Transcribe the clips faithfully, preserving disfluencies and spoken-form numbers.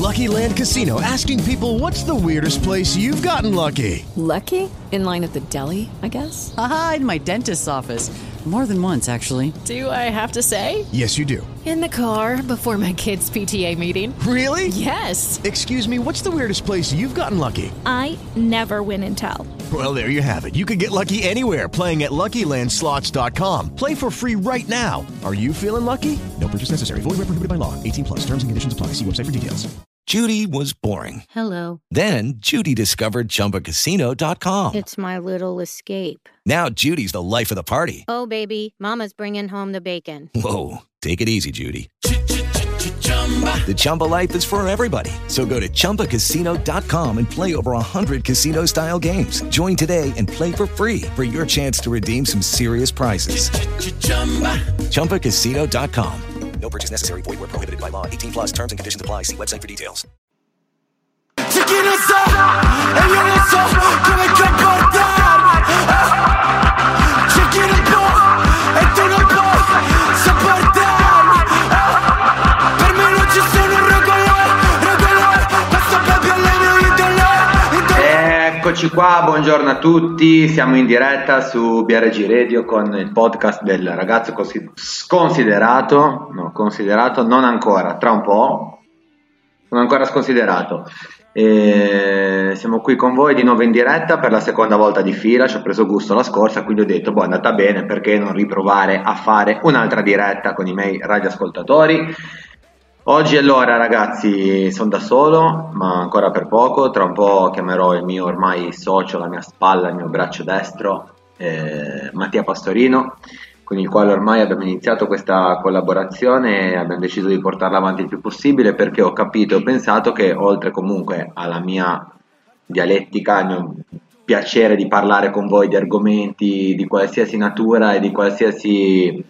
Lucky Land Casino, asking people, what's the weirdest place you've gotten lucky? Lucky? In line at the deli, I guess? Aha, in my dentist's office. More than once, actually. Do I have to say? Yes, you do. In the car before my kids' P T A meeting. Really? Yes. Excuse me, what's the weirdest place you've gotten lucky? I never win and tell. Well, there you have it. You can get lucky anywhere, playing at Lucky Land Slots dot com. Play for free right now. Are you feeling lucky? No purchase necessary. Void where prohibited by law. eighteen plus. Terms and conditions apply. See website for details. Judy was boring. Hello. Then Judy discovered Chumba Casino dot com. It's my little escape. Now Judy's the life of the party. Oh, baby, mama's bringing home the bacon. Whoa, take it easy, Judy. The Chumba life is for everybody. So go to Chumba Casino dot com and play over one hundred casino-style games. Join today and play for free for your chance to redeem some serious prizes. Chumba Casino dot com. No purchase necessary. Void where prohibited by law. eighteen plus. Terms and conditions apply. See website for details. C'è chi ne sa, e io non so come comportarmi. C'è chi non può, e tu non puoi sopportarmi. Per me non ci sono regole, regole. Basta proprio le mie idole, idole. Eccoci qua, buongiorno a tutti. Siamo in diretta su B R G Radio con il podcast del ragazzo così sconsiderato. No, considerato, non ancora, tra un po'. Non ancora sconsiderato. E siamo qui con voi di nuovo in diretta per la seconda volta di fila. Ci ho preso gusto la scorsa, quindi ho detto boh, è andata bene, perché non riprovare a fare un'altra diretta con i miei radioascoltatori. Oggi allora ragazzi sono da solo, ma ancora per poco. Tra un po' chiamerò il mio ormai socio, la mia spalla, il mio braccio destro, eh, Mattia Pastorino, con il quale ormai abbiamo iniziato questa collaborazione e abbiamo deciso di portarla avanti il più possibile, perché ho capito e ho pensato che oltre comunque alla mia dialettica, al mio piacere di parlare con voi di argomenti di qualsiasi natura e di qualsiasi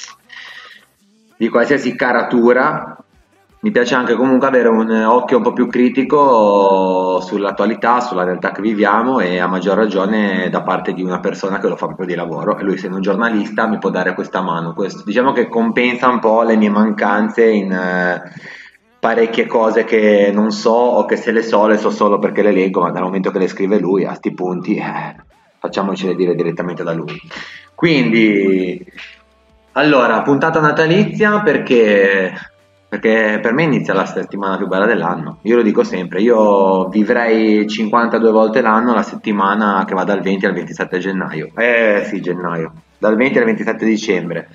di qualsiasi caratura, mi piace anche comunque avere un occhio un po' più critico sull'attualità, sulla realtà che viviamo, e a maggior ragione da parte di una persona che lo fa proprio di lavoro, e lui, essendo un giornalista, mi può dare questa mano. Questo diciamo che compensa un po' le mie mancanze in eh, parecchie cose che non so, o che se le so le so solo perché le leggo, ma dal momento che le scrive lui a sti punti eh, facciamocele dire direttamente da lui. Quindi allora, puntata natalizia, perché perché per me inizia la settimana più bella dell'anno. Io lo dico sempre, io vivrei cinquantadue volte l'anno la settimana che va dal venti al ventisette gennaio. Eh sì, gennaio. Dal venti al ventisette dicembre.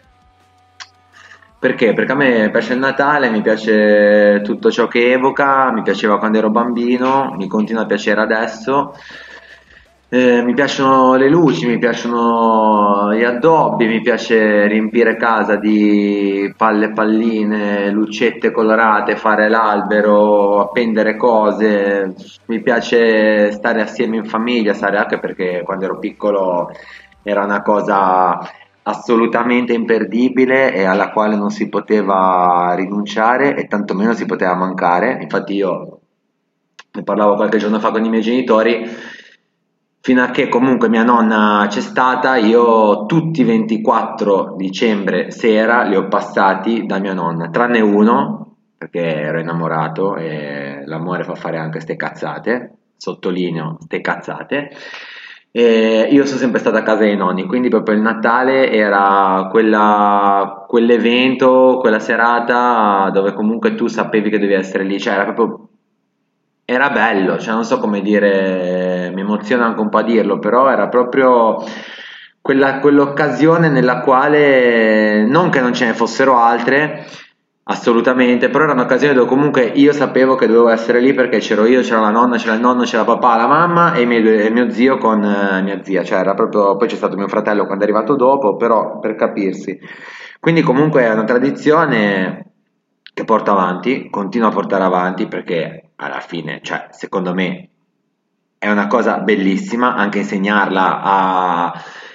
Perché? Perché a me piace il Natale, mi piace tutto ciò che evoca, mi piaceva quando ero bambino, mi continua a piacere adesso. Eh, mi piacciono le luci, mi piacciono gli addobbi, mi piace riempire casa di palle, palline, lucette colorate, fare l'albero, appendere cose. Mi piace stare assieme in famiglia, stare anche perché quando ero piccolo era una cosa assolutamente imperdibile e alla quale non si poteva rinunciare e tantomeno si poteva mancare. Infatti io ne parlavo qualche giorno fa con i miei genitori. Fino a che comunque mia nonna c'è stata, io tutti i ventiquattro dicembre sera li ho passati da mia nonna, tranne uno, perché ero innamorato e l'amore fa fare anche ste cazzate, sottolineo ste cazzate, e io sono sempre stata a casa dei nonni, quindi proprio il Natale era quella, quell'evento, quella serata dove comunque tu sapevi che devi essere lì, cioè era proprio... Era bello, cioè non so come dire, mi emoziona anche un po' a dirlo, però era proprio quella, quell'occasione nella quale, non che non ce ne fossero altre, assolutamente, però era un'occasione dove comunque io sapevo che dovevo essere lì perché c'ero io, c'era la nonna, c'era il nonno, c'era papà, la mamma e, miei due, e mio zio con eh, mia zia, cioè era proprio, poi c'è stato mio fratello quando è arrivato dopo, però per capirsi. Quindi comunque è una tradizione che porto avanti, continuo a portare avanti perché alla fine, cioè, secondo me è una cosa bellissima anche insegnarla a,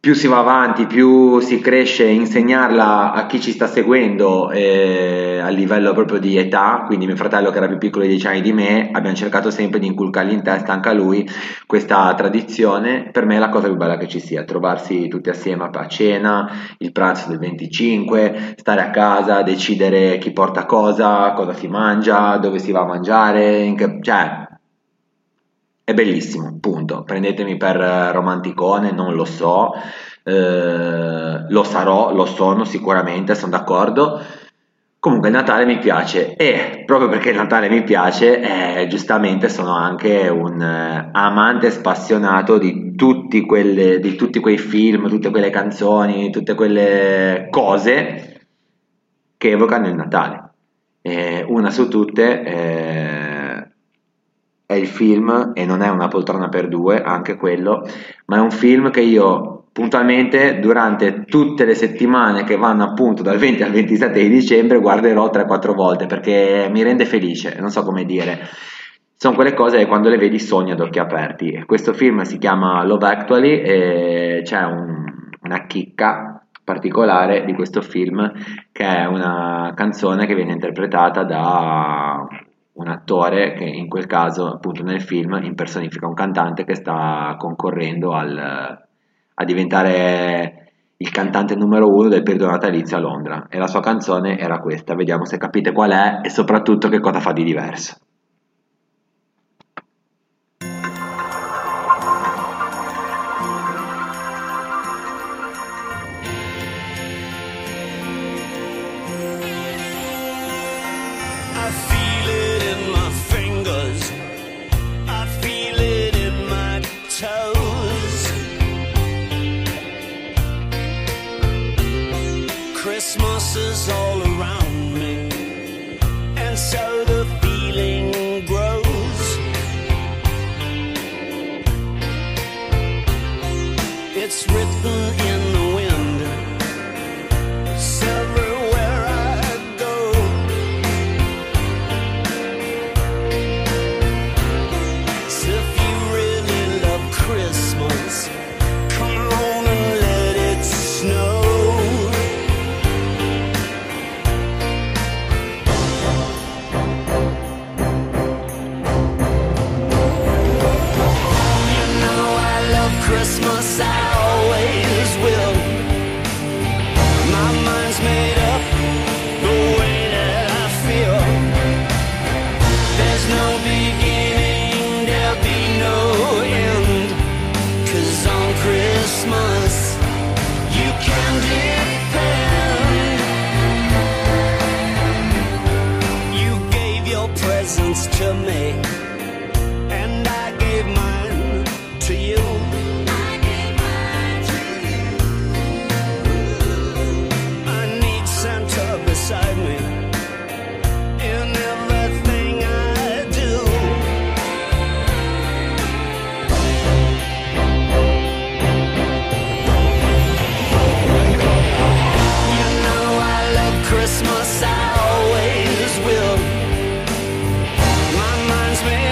più si va avanti, più si cresce, insegnarla a chi ci sta seguendo eh, a livello proprio di età, quindi mio fratello che era più piccolo di dieci anni di me, abbiamo cercato sempre di inculcargli in testa anche a lui questa tradizione. Per me è la cosa più bella che ci sia, trovarsi tutti assieme a cena, il pranzo del venticinque, stare a casa, decidere chi porta cosa, cosa si mangia, dove si va a mangiare, in che, cioè è bellissimo, punto. Prendetemi per romanticone, non lo so, eh, lo sarò, lo sono sicuramente, sono d'accordo. Comunque il Natale mi piace e proprio perché il Natale mi piace, eh, giustamente sono anche un eh, amante spassionato di tutti, quelle, di tutti quei film, tutte quelle canzoni, tutte quelle cose che evocano il Natale. Eh, una su tutte eh, è il film, e non è Una poltrona per due, anche quello, ma è un film che io puntualmente durante tutte le settimane che vanno appunto dal venti al ventisette di dicembre guarderò tre quattro volte perché mi rende felice, non so come dire, sono quelle cose che quando le vedi sogni ad occhi aperti. Questo film si chiama Love Actually e c'è un, una chicca particolare di questo film, che è una canzone che viene interpretata da un attore che in quel caso appunto nel film impersonifica un cantante che sta concorrendo al, a diventare il cantante numero uno del periodo natalizio a Londra, e la sua canzone era questa. Vediamo se capite qual è e soprattutto che cosa fa di diverso. Christmas is all around me, and so the feeling grows. It's written in the wind, it's everywhere I go. So if you really love Christmas, come on and let it snow. Christmas, I always will. My mind's made up the way that I feel. There's no beginning, there'll be no end. 'Cause on Christmas you can depend. You gave your presents to me, and I gave mine to you. Beside me in everything I do. You know I love Christmas, I always will. My mind's made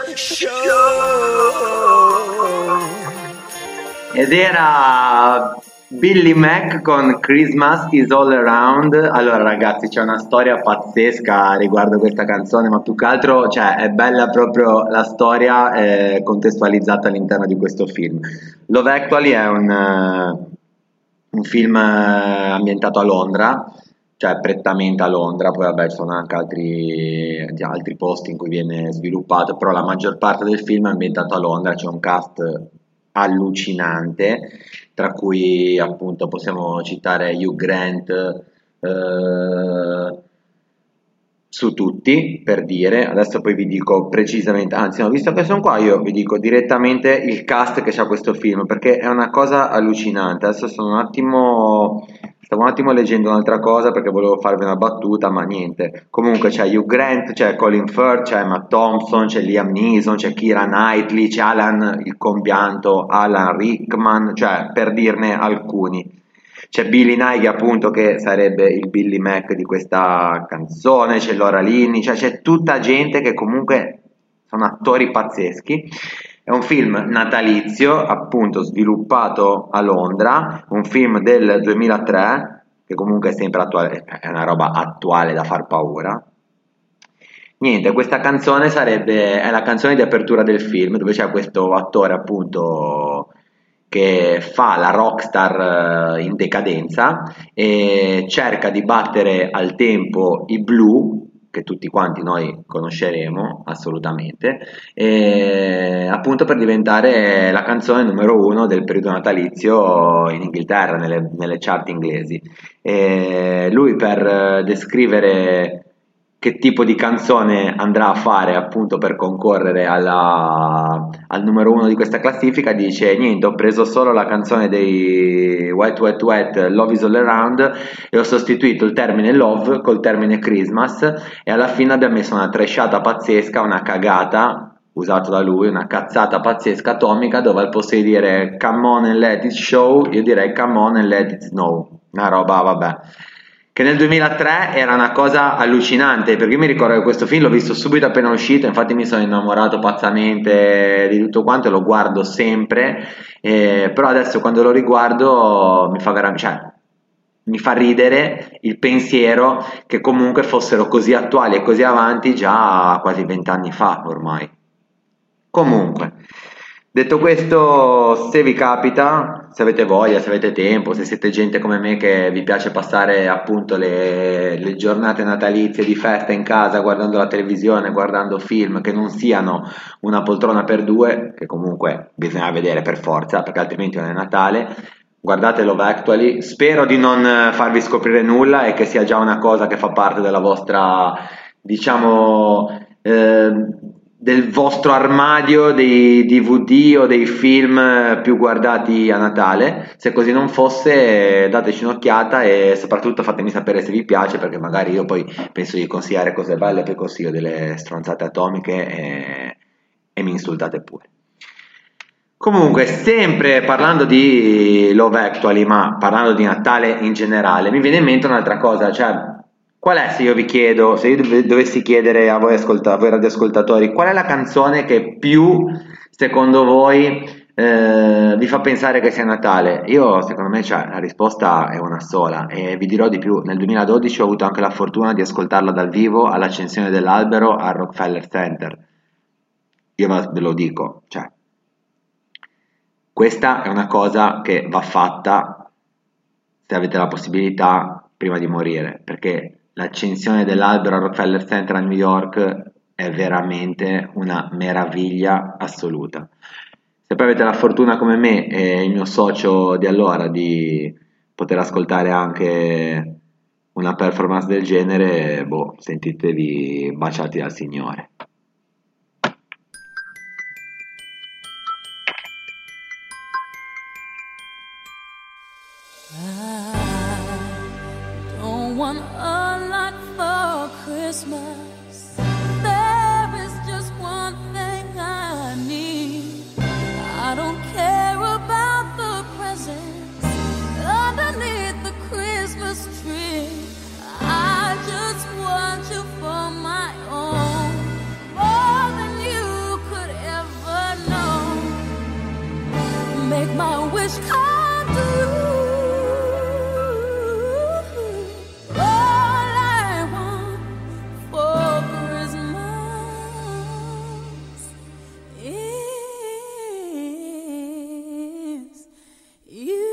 Ed era Billy Mack con Christmas is All Around. Allora ragazzi, c'è una storia pazzesca riguardo questa canzone, ma più che altro, cioè, è bella proprio la storia eh, contestualizzata all'interno di questo film. Love Actually è un, uh, un film uh, ambientato a Londra, cioè prettamente a Londra, poi vabbè ci sono anche altri, altri posti in cui viene sviluppato, però la maggior parte del film è ambientato a Londra. C'è un cast allucinante, tra cui appunto possiamo citare Hugh Grant eh, su tutti, per dire. Adesso poi vi dico precisamente, anzi no, visto che sono qua io vi dico direttamente il cast che c'ha questo film, perché è una cosa allucinante. Adesso sono un attimo stavo un attimo leggendo un'altra cosa perché volevo farvi una battuta, ma niente. Comunque c'è Hugh Grant, c'è Colin Firth, c'è Emma Thompson, c'è Liam Neeson, c'è Keira Knightley, c'è Alan il compianto, Alan Rickman, cioè per dirne alcuni. C'è Billy Nighy appunto, che sarebbe il Billy Mack di questa canzone, c'è Laura Linney, cioè c'è tutta gente che comunque sono attori pazzeschi. È un film natalizio, appunto sviluppato a Londra, un film del duemilatré, che comunque è sempre attuale, è una roba attuale da far paura. Niente, questa canzone sarebbe, è la canzone di apertura del film, dove c'è questo attore appunto che fa la rockstar in decadenza e cerca di battere al tempo i Blue, che tutti quanti noi conosceremo assolutamente, e appunto per diventare la canzone numero uno del periodo natalizio in Inghilterra, nelle, nelle chart inglesi. E lui, per descrivere che tipo di canzone andrà a fare appunto per concorrere alla, al numero uno di questa classifica, dice: niente, ho preso solo la canzone dei Wet Wet Wet, Love is All Around, e ho sostituito il termine love col termine Christmas, e alla fine abbiamo messo una trashata pazzesca, una cagata, usato da lui, una cazzata pazzesca atomica, dove al posto di dire come on and let it show, io direi come on and let it snow. Una roba, vabbè, che nel duemilatré era una cosa allucinante, perché io mi ricordo che questo film l'ho visto subito appena uscito, infatti mi sono innamorato pazzamente di tutto quanto e lo guardo sempre, eh, però adesso quando lo riguardo mi fa veramente, cioè, mi fa ridere il pensiero che comunque fossero così attuali e così avanti già quasi vent'anni fa ormai. Comunque, detto questo, se vi capita, se avete voglia, se avete tempo, se siete gente come me che vi piace passare appunto le, le giornate natalizie di festa in casa guardando la televisione, guardando film che non siano una poltrona per due, che comunque bisogna vedere per forza perché altrimenti non è Natale, guardate Love Actually. Spero di non farvi scoprire nulla e che sia già una cosa che fa parte della vostra, diciamo, eh, del vostro armadio dei D V D o dei film più guardati a Natale. Se così non fosse, dateci un'occhiata e soprattutto fatemi sapere se vi piace, perché magari io poi penso di consigliare cose belle, poi consiglio delle stronzate atomiche e, e mi insultate pure. Comunque, sempre parlando di Love Actually, ma parlando di Natale in generale, mi viene in mente un'altra cosa, cioè qual è, se io vi chiedo, se io dovessi chiedere a voi, ascolta, a voi radioascoltatori, qual è la canzone che più, secondo voi, eh, vi fa pensare che sia Natale? Io, secondo me, cioè, la risposta è una sola, e vi dirò di più. Nel duemiladodici ho avuto anche la fortuna di ascoltarla dal vivo all'accensione dell'albero al Rockefeller Center. Io ve lo dico, cioè, questa è una cosa che va fatta, se avete la possibilità, prima di morire, perché l'accensione dell'albero al Rockefeller Center a New York è veramente una meraviglia assoluta. Se poi avete la fortuna come me e il mio socio di allora di poter ascoltare anche una performance del genere, boh, sentitevi baciati dal Signore. Want a lot for Christmas. There is just one thing I need. I don't care about the presents underneath the Christmas tree. I just want you for my own, more than you could wish come true. All I want for Christmas is you.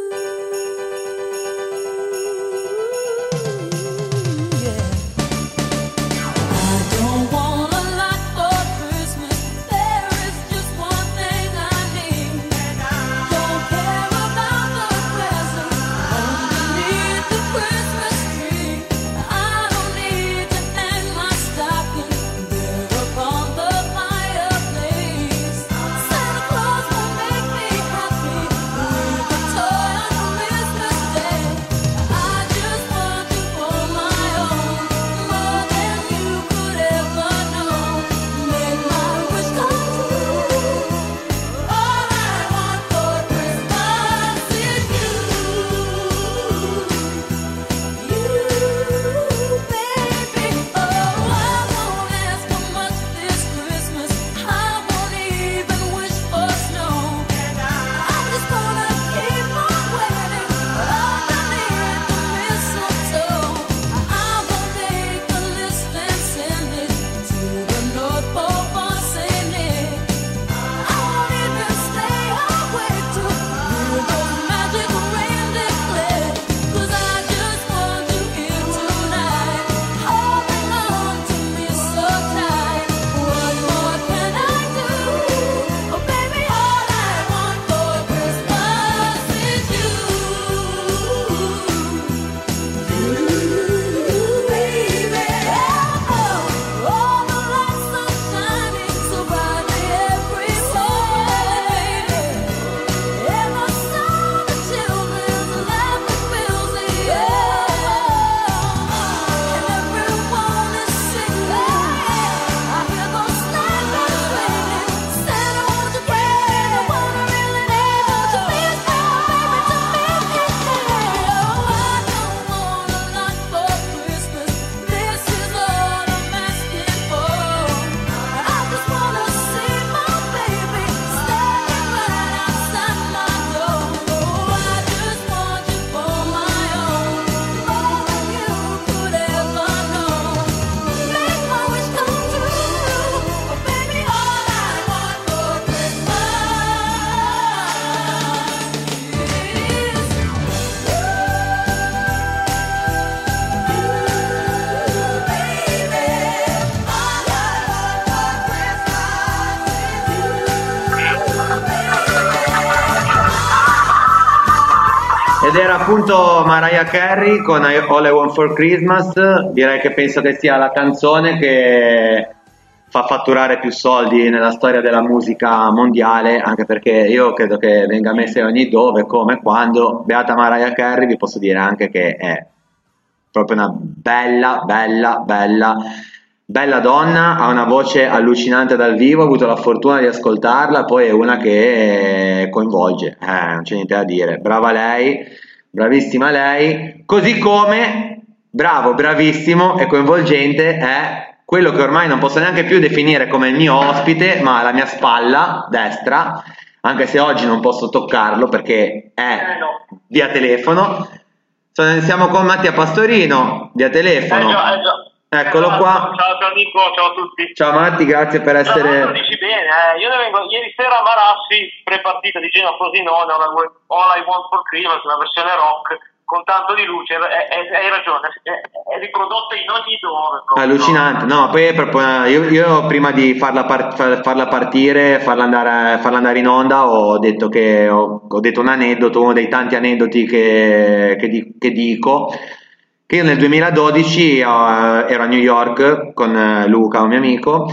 Ed era appunto Mariah Carey con All I Want for Christmas. Direi che penso che sia la canzone che fa fatturare più soldi nella storia della musica mondiale, anche perché io credo che venga messa ogni dove, come, quando. Beata Mariah Carey, vi posso dire anche che è proprio una bella, bella, bella, bella donna, ha una voce allucinante dal vivo, ho avuto la fortuna di ascoltarla, poi è una che coinvolge, eh, non c'è niente da dire, brava lei, bravissima lei, così come bravo, bravissimo e coinvolgente è quello che ormai non posso neanche più definire come il mio ospite, ma alla mia spalla destra, anche se oggi non posso toccarlo perché è via telefono. Siamo con Mattia Pastorino via telefono. Eh già, eh già. Eccolo qua. Ciao, ciao Nico, ciao a tutti. Ciao Matti, grazie per essere. Lo dici bene, eh. Io ne vengo ieri sera a Marassi, pre-partita di Genoa Frosinone, All I Want for Christmas, una versione rock con tanto di luce, eh, eh, hai ragione, è, è riprodotta in ogni dove. Proprio. Allucinante, no, poi è proprio, io, io prima di farla, part, farla partire, farla andare, farla andare in onda, ho detto che ho, ho detto un aneddoto, uno dei tanti aneddoti che, che, di, che dico, che io nel duemiladodici uh, ero a New York con uh, Luca, un mio amico,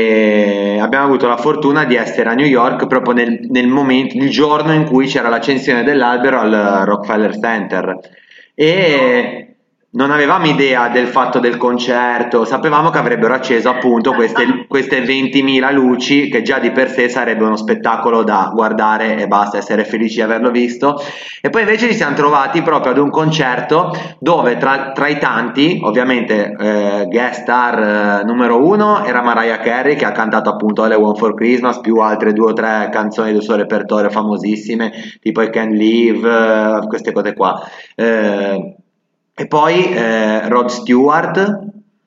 e abbiamo avuto la fortuna di essere a New York proprio nel, nel momento, il giorno in cui c'era l'accensione dell'albero al Rockefeller Center. E non avevamo idea del fatto del concerto, sapevamo che avrebbero acceso appunto queste, queste ventimila luci, che già di per sé sarebbe uno spettacolo da guardare e basta, essere felici di averlo visto. E poi invece ci siamo trovati proprio ad un concerto dove tra, tra i tanti, ovviamente eh, guest star eh, numero uno era Mariah Carey, che ha cantato appunto All I Want for Christmas, più altre due o tre canzoni del suo repertorio famosissime, tipo I Can't Live, eh, queste cose qua. Eh, E poi eh, Rod Stewart,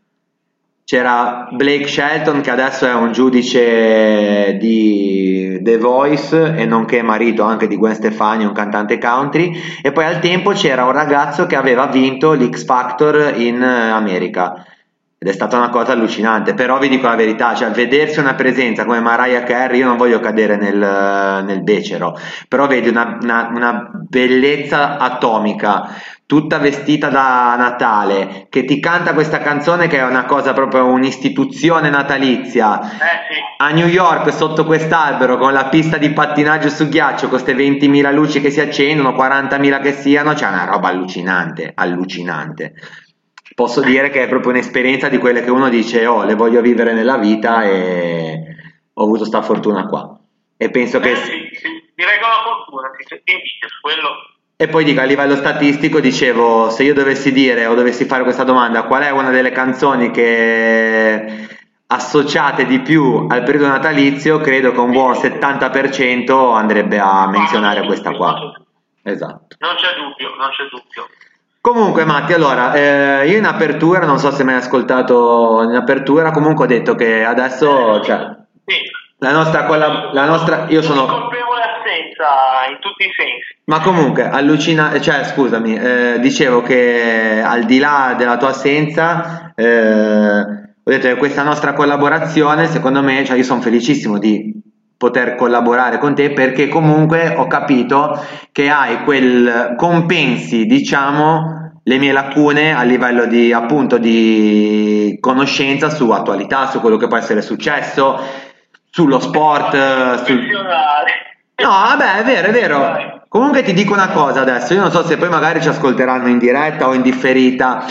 c'era Blake Shelton, che adesso è un giudice di The Voice e nonché marito anche di Gwen Stefani, un cantante country, e poi al tempo c'era un ragazzo che aveva vinto l'X Factor in America. Ed è stata una cosa allucinante, però vi dico la verità, cioè vedersi una presenza come Mariah Carey, io non voglio cadere nel, nel becero, però vedi una, una, una bellezza atomica, tutta vestita da Natale, che ti canta questa canzone che è una cosa proprio, un'istituzione natalizia, Eh sì. a New York sotto quest'albero con la pista di pattinaggio su ghiaccio, con queste ventimila luci che si accendono, quarantamila che siano, c'è una roba allucinante, allucinante. Posso dire che è proprio un'esperienza di quelle che uno dice, oh, le voglio vivere nella vita, e ho avuto sta fortuna qua. E penso Eh che... sì, sì. Direi che è una fortuna, ti ti invidio su quello. E poi dico, a livello statistico, dicevo, se io dovessi dire o dovessi fare questa domanda, qual è una delle canzoni che associate di più al periodo natalizio, credo che un buon settanta per cento andrebbe a menzionare questa qua. Esatto. Non c'è dubbio, non c'è dubbio. Comunque Matti, allora, eh, io in apertura, non so se mi hai ascoltato in apertura, comunque ho detto che adesso, cioè, Sì. la nostra, collab- la nostra, io sono... Colpevole assenza in tutti i sensi. Ma comunque, allucina, cioè, scusami, eh, dicevo che al di là della tua assenza, eh, ho detto che questa nostra collaborazione, secondo me, cioè io sono felicissimo di poter collaborare con te, perché comunque ho capito che hai quel compensi, diciamo, le mie lacune a livello di, appunto, di conoscenza su attualità, su quello che può essere successo, sullo sport, sul... No, vabbè, è vero, è vero. Comunque ti dico una cosa adesso, io non so se poi magari ci ascolteranno in diretta o in differita.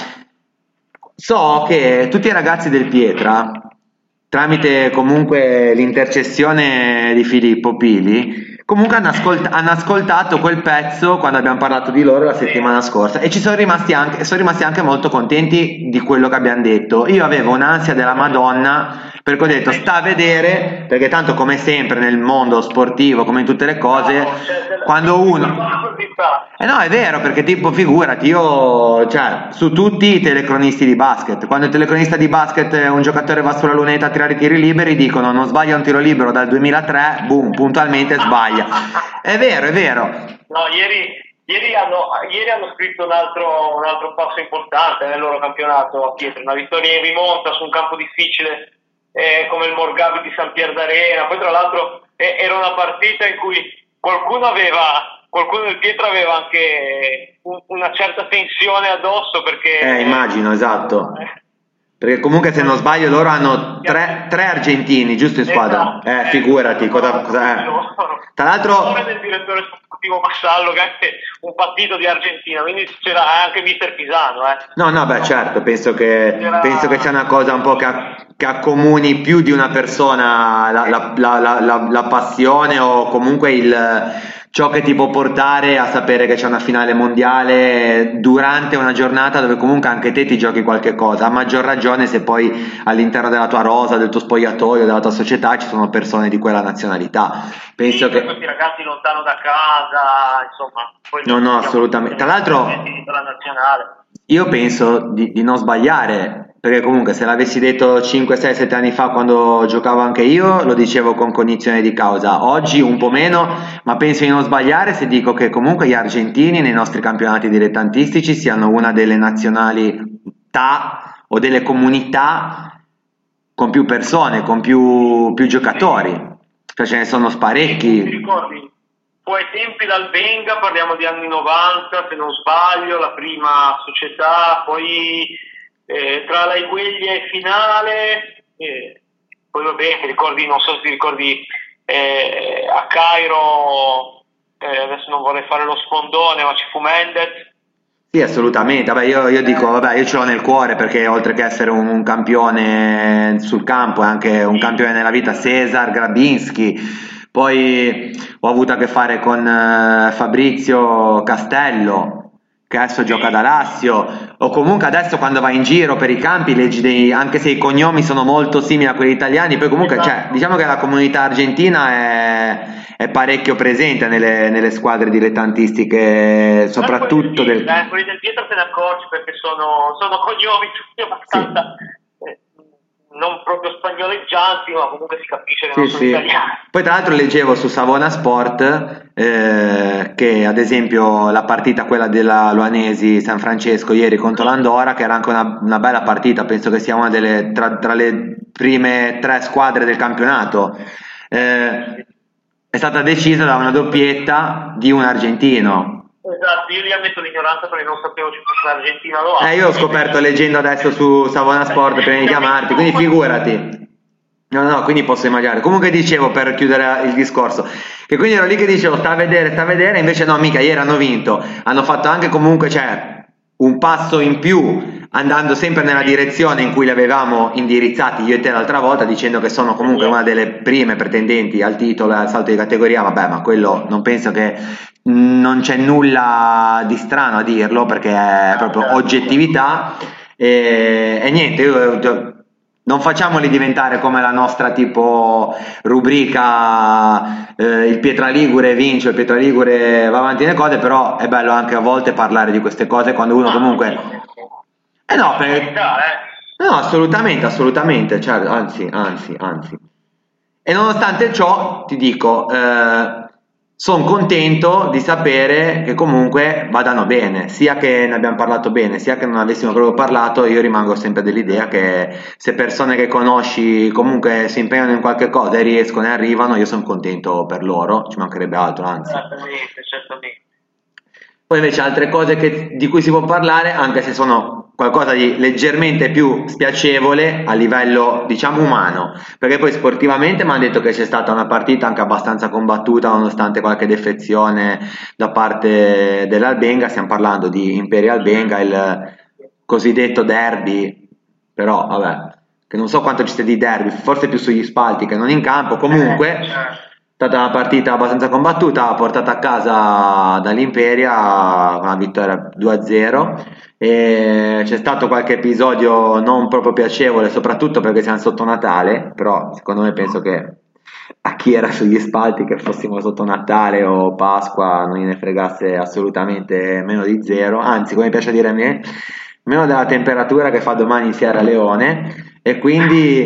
So che tutti i ragazzi del Pietra, tramite comunque l'intercessione di Filippo Pili, comunque hanno, ascolt- hanno ascoltato quel pezzo quando abbiamo parlato di loro la settimana scorsa, e ci sono rimasti anche, sono rimasti anche molto contenti di quello che abbiamo detto. Io avevo un'ansia della Madonna, perché ho detto sta a vedere, perché tanto come sempre nel mondo sportivo, come in tutte le cose, quando uno... Eh no, è vero, perché tipo figurati, io, cioè, su tutti i telecronisti di basket, quando il telecronista di basket, un giocatore va sulla lunetta a tirare i tiri liberi, dicono non sbaglia un tiro libero dal duemilatré, boom, puntualmente sbaglia. È vero, è vero. No, ieri, ieri, hanno, ieri hanno scritto un altro, un altro passo importante nel loro campionato a Pietra, una vittoria in rimonta su un campo difficile eh, come il Morgavi di San Pier d'Arena. Poi tra l'altro eh, era una partita in cui qualcuno aveva... Qualcuno del Pietra aveva anche un, una certa tensione addosso, perché... Eh, immagino, esatto. Perché comunque, se non sbaglio, loro hanno tre, tre argentini, giusto, in squadra? Esatto. Eh, figurati, cosa... cosa è. Tra l'altro... del direttore sportivo Massallo, che è anche un partito di Argentina, quindi c'era anche mister Pisano, eh. No, no, beh, certo, penso che, penso che sia una cosa un po' che, a- che accomuni più di una persona la, la, la, la, la, la passione, o comunque il... ciò che ti può portare a sapere che c'è una finale mondiale durante una giornata dove comunque anche te ti giochi qualche cosa, a maggior ragione se poi all'interno della tua rosa, del tuo spogliatoio, della tua società ci sono persone di quella nazionalità. Penso sì, che questi ragazzi lontano da casa, insomma, poi no, no, assolutamente. Tra l'altro la nazionale. io penso di, di non sbagliare, perché comunque se l'avessi detto cinque, sei, sette anni fa quando giocavo anche io, lo dicevo con cognizione di causa. Oggi un po' meno, ma penso di non sbagliare se dico che comunque gli argentini nei nostri campionati dilettantistici siano una delle nazionalità o delle comunità con più persone, con più, più giocatori, cioè ce ne sono sparecchi. Ti ricordi? Poi ai tempi dal Benga, parliamo di anni novanta, se non sbaglio, la prima società, poi eh, tra la Higueglia e finale, eh, poi va bene, ti ricordi, non so se ti ricordi, eh, a Cairo, eh, adesso non vorrei fare lo sfondone, ma ci fu Mendez, Sì, assolutamente. Vabbè, io, io dico, vabbè, io ce l'ho nel cuore perché oltre che essere un, un campione sul campo, è anche un campione nella vita, Cesar Grabinski. Poi ho avuto a che fare con eh, Fabrizio Castello, che adesso gioca da Lazio, o comunque adesso quando vai in giro per i campi leggi dei, anche se i cognomi sono molto simili a quelli italiani, poi comunque cioè, diciamo che la comunità argentina è, è parecchio presente nelle, nelle squadre dilettantistiche, soprattutto quelli, del... eh, quelli del Pietro te ne accorgi perché sono, sono cognomi tutti abbastanza... Sì. Non proprio spagnoleggianti, ma comunque si capisce che sì, non sono sì. italiani. Poi tra l'altro leggevo su Savona Sport eh, che ad esempio la partita quella della Luanesi San Francesco ieri contro l'Andorra, che era anche una, una bella partita, penso che sia una delle tra, tra le prime tre squadre del campionato, eh, è stata decisa da una doppietta di un argentino. Esatto, io lì ammetto l'ignoranza perché non sapevo ci fosse l'Argentina là. Eh, io ho scoperto leggendo adesso su Savona Sport prima di chiamarti, quindi figurati. No, no, quindi posso immaginare. Comunque dicevo, per chiudere il discorso, che quindi ero lì che dicevo sta a vedere, sta a vedere, invece no, mica, ieri hanno vinto, hanno fatto anche comunque, cioè, un passo in più, andando sempre nella direzione in cui li avevamo indirizzati io e te l'altra volta, dicendo che sono comunque una delle prime pretendenti al titolo e al salto di categoria. Vabbè, ma quello non penso che non c'è nulla di strano a dirlo, perché è proprio oggettività e, e niente, io, non facciamoli diventare come la nostra tipo rubrica eh, il Pietraligure vince, il Pietraligure va avanti nelle cose, però è bello anche a volte parlare di queste cose quando uno comunque eh no, per... no assolutamente, assolutamente, cioè, anzi, anzi, anzi e nonostante ciò ti dico eh, sono contento di sapere che comunque vadano bene, sia che ne abbiamo parlato bene, sia che non avessimo proprio parlato. Io rimango sempre dell'idea che se persone che conosci comunque si impegnano in qualche cosa e riescono e arrivano, io sono contento per loro, ci mancherebbe altro, anzi. Certamente, certamente. Poi invece altre cose che, di cui si può parlare, anche se sono qualcosa di leggermente più spiacevole a livello diciamo umano, perché poi sportivamente mi hanno detto che c'è stata una partita anche abbastanza combattuta nonostante qualche defezione da parte dell'Albenga. Stiamo parlando di Imperial Benga, il cosiddetto derby, però vabbè, che non so quanto ci sia di derby, forse più sugli spalti che non in campo. Comunque è stata una partita abbastanza combattuta, portata a casa dall'Imperia con una vittoria due a zero, e c'è stato qualche episodio non proprio piacevole, soprattutto perché siamo sotto Natale, però secondo me penso che a chi era sugli spalti che fossimo sotto Natale o Pasqua non gliene fregasse assolutamente meno di zero, anzi, come mi piace dire a me, meno della temperatura che fa domani in Sierra Leone. E quindi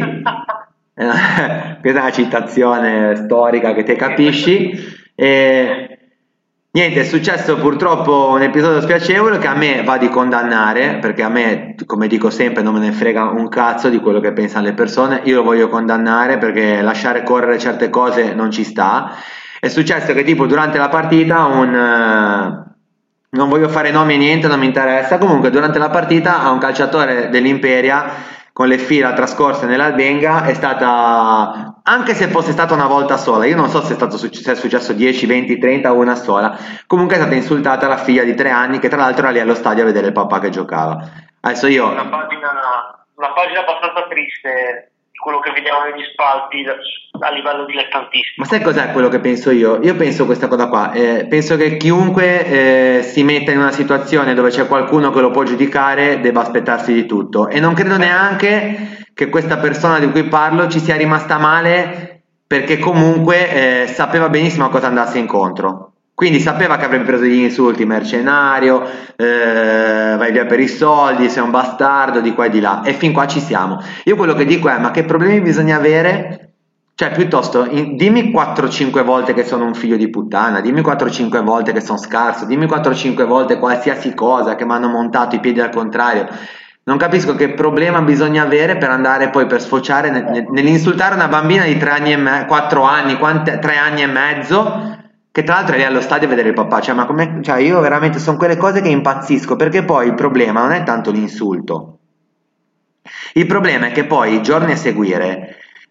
questa è una citazione storica che te capisci. E niente, è successo purtroppo un episodio spiacevole che a me va di condannare, perché a me, come dico sempre, non me ne frega un cazzo di quello che pensano le persone. Io lo voglio condannare perché lasciare correre certe cose non ci sta. È successo che tipo durante la partita un non voglio fare nomi e niente, non mi interessa, comunque durante la partita a un calciatore dell'Imperia con le fila trascorse nell'Albenga è stata, anche se fosse stata una volta sola, io non so se è stato se è successo dieci, venti, trenta o una sola, comunque è stata insultata la figlia di tre anni che tra l'altro era lì allo stadio a vedere il papà che giocava. Adesso io una pagina, una pagina abbastanza triste di quello che vediamo negli spalti a livello dilettantistico. Ma sai cos'è quello che penso io? Io penso questa cosa qua, eh, penso che chiunque eh, si metta in una situazione dove c'è qualcuno che lo può giudicare debba aspettarsi di tutto, e non credo neanche che questa persona di cui parlo ci sia rimasta male, perché comunque eh, sapeva benissimo a cosa andasse incontro. Quindi sapeva che avrebbe preso gli insulti, mercenario, eh, vai via per i soldi, sei un bastardo, di qua e di là, e fin qua ci siamo. Io quello che dico è: ma che problemi bisogna avere? Cioè, piuttosto, in, dimmi quattro cinque volte che sono un figlio di puttana, dimmi quattro cinque volte che sono scarso, dimmi quattro cinque volte qualsiasi cosa, che mi hanno montato i piedi al contrario. Non capisco che problema bisogna avere per andare poi per sfociare nel, nell'insultare una bambina di tre anni e me- quattro anni, quante, tre anni e mezzo, che tra l'altro è lì allo stadio a vedere il papà. Cioè, ma come, cioè, io veramente sono quelle cose che impazzisco, perché poi il problema non è tanto l'insulto, il problema è che poi i giorni a seguire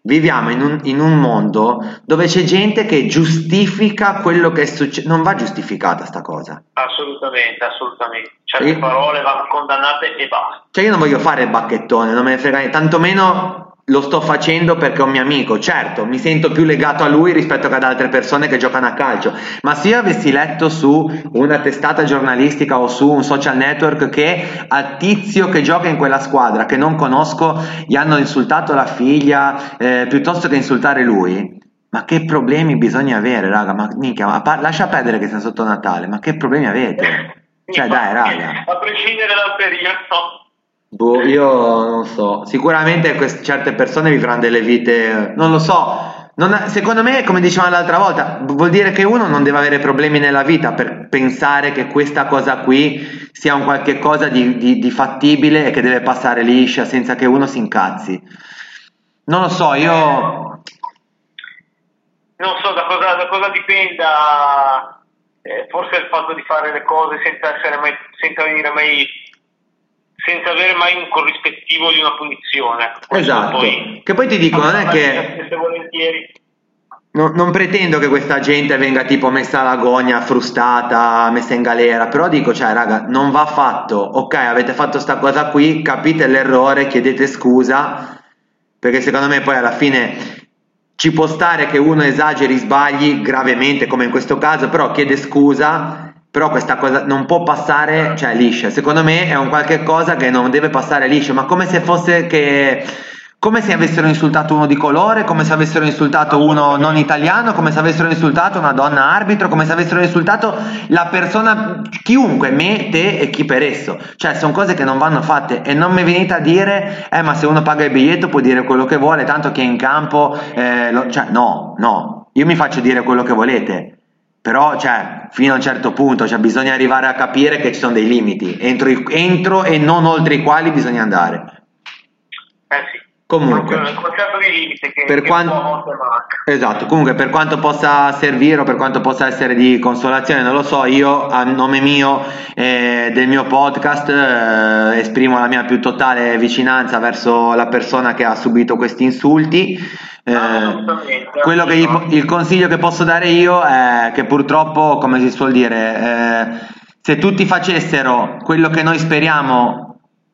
viviamo in un, in un mondo dove c'è gente che giustifica quello che è successo. Non va giustificata sta cosa. Assolutamente, assolutamente. Certe Io- parole vanno condannate e basta. Cioè io non voglio fare il bacchettone, non me ne frega niente, tantomeno lo sto facendo perché è un mio amico. Certo, mi sento più legato a lui rispetto che ad altre persone che giocano a calcio, ma se io avessi letto su una testata giornalistica o su un social network che al tizio che gioca in quella squadra che non conosco gli hanno insultato la figlia, eh, piuttosto che insultare lui, ma che problemi bisogna avere, raga? Ma minchia, ma pa- lascia perdere che sia sotto Natale, ma che problemi avete? Cioè dai, raga. A prescindere dal periodo. Boh, io non so, sicuramente queste, certe persone vivranno delle vite, non lo so, non ha- secondo me, come dicevamo l'altra volta, vuol dire che uno non deve avere problemi nella vita per pensare che questa cosa qui sia un qualche cosa di, di- di fattibile e che deve passare liscia senza che uno si incazzi. Non lo so, io... Non so da cosa, da cosa dipenda, eh, forse il fatto di fare le cose senza essere mai, senza venire mai, senza avere mai un corrispettivo di una punizione. Questo Esatto, poi- che poi ti dico, non è che... Se volentieri. No- non pretendo che questa gente venga tipo messa all'agonia, frustata, messa in galera, però dico, cioè raga, non va fatto, ok, avete fatto sta cosa qui, capite l'errore, chiedete scusa, perché secondo me poi alla fine ci può stare che uno esageri, sbagli gravemente come in questo caso, però chiede scusa, però questa cosa non può passare, cioè liscia, secondo me è un qualche cosa che non deve passare liscia, ma come se fosse che... come se avessero insultato uno di colore, come se avessero insultato uno non italiano, come se avessero insultato una donna arbitro, come se avessero insultato la persona, chiunque, me, te e chi per esso. Cioè sono cose che non vanno fatte e non mi venite a dire eh ma se uno paga il biglietto può dire quello che vuole, tanto che è in campo, eh, lo... cioè no, no, io mi faccio dire quello che volete. Però, cioè, fino a un certo punto, cioè, bisogna arrivare a capire che ci sono dei limiti entro, i- entro e non oltre i quali bisogna andare. Eh sì. Comunque, Proprio il concetto di limite che, per che quanto- un po' a volte manca. esatto, comunque per quanto possa servire o per quanto possa essere di consolazione, non lo so, io a nome mio e del mio podcast eh, esprimo la mia più totale vicinanza verso la persona che ha subito questi insulti. Eh, Assolutamente. quello che gli po- il consiglio che posso dare io è che purtroppo, come si suol dire, eh, se tutti facessero quello che noi speriamo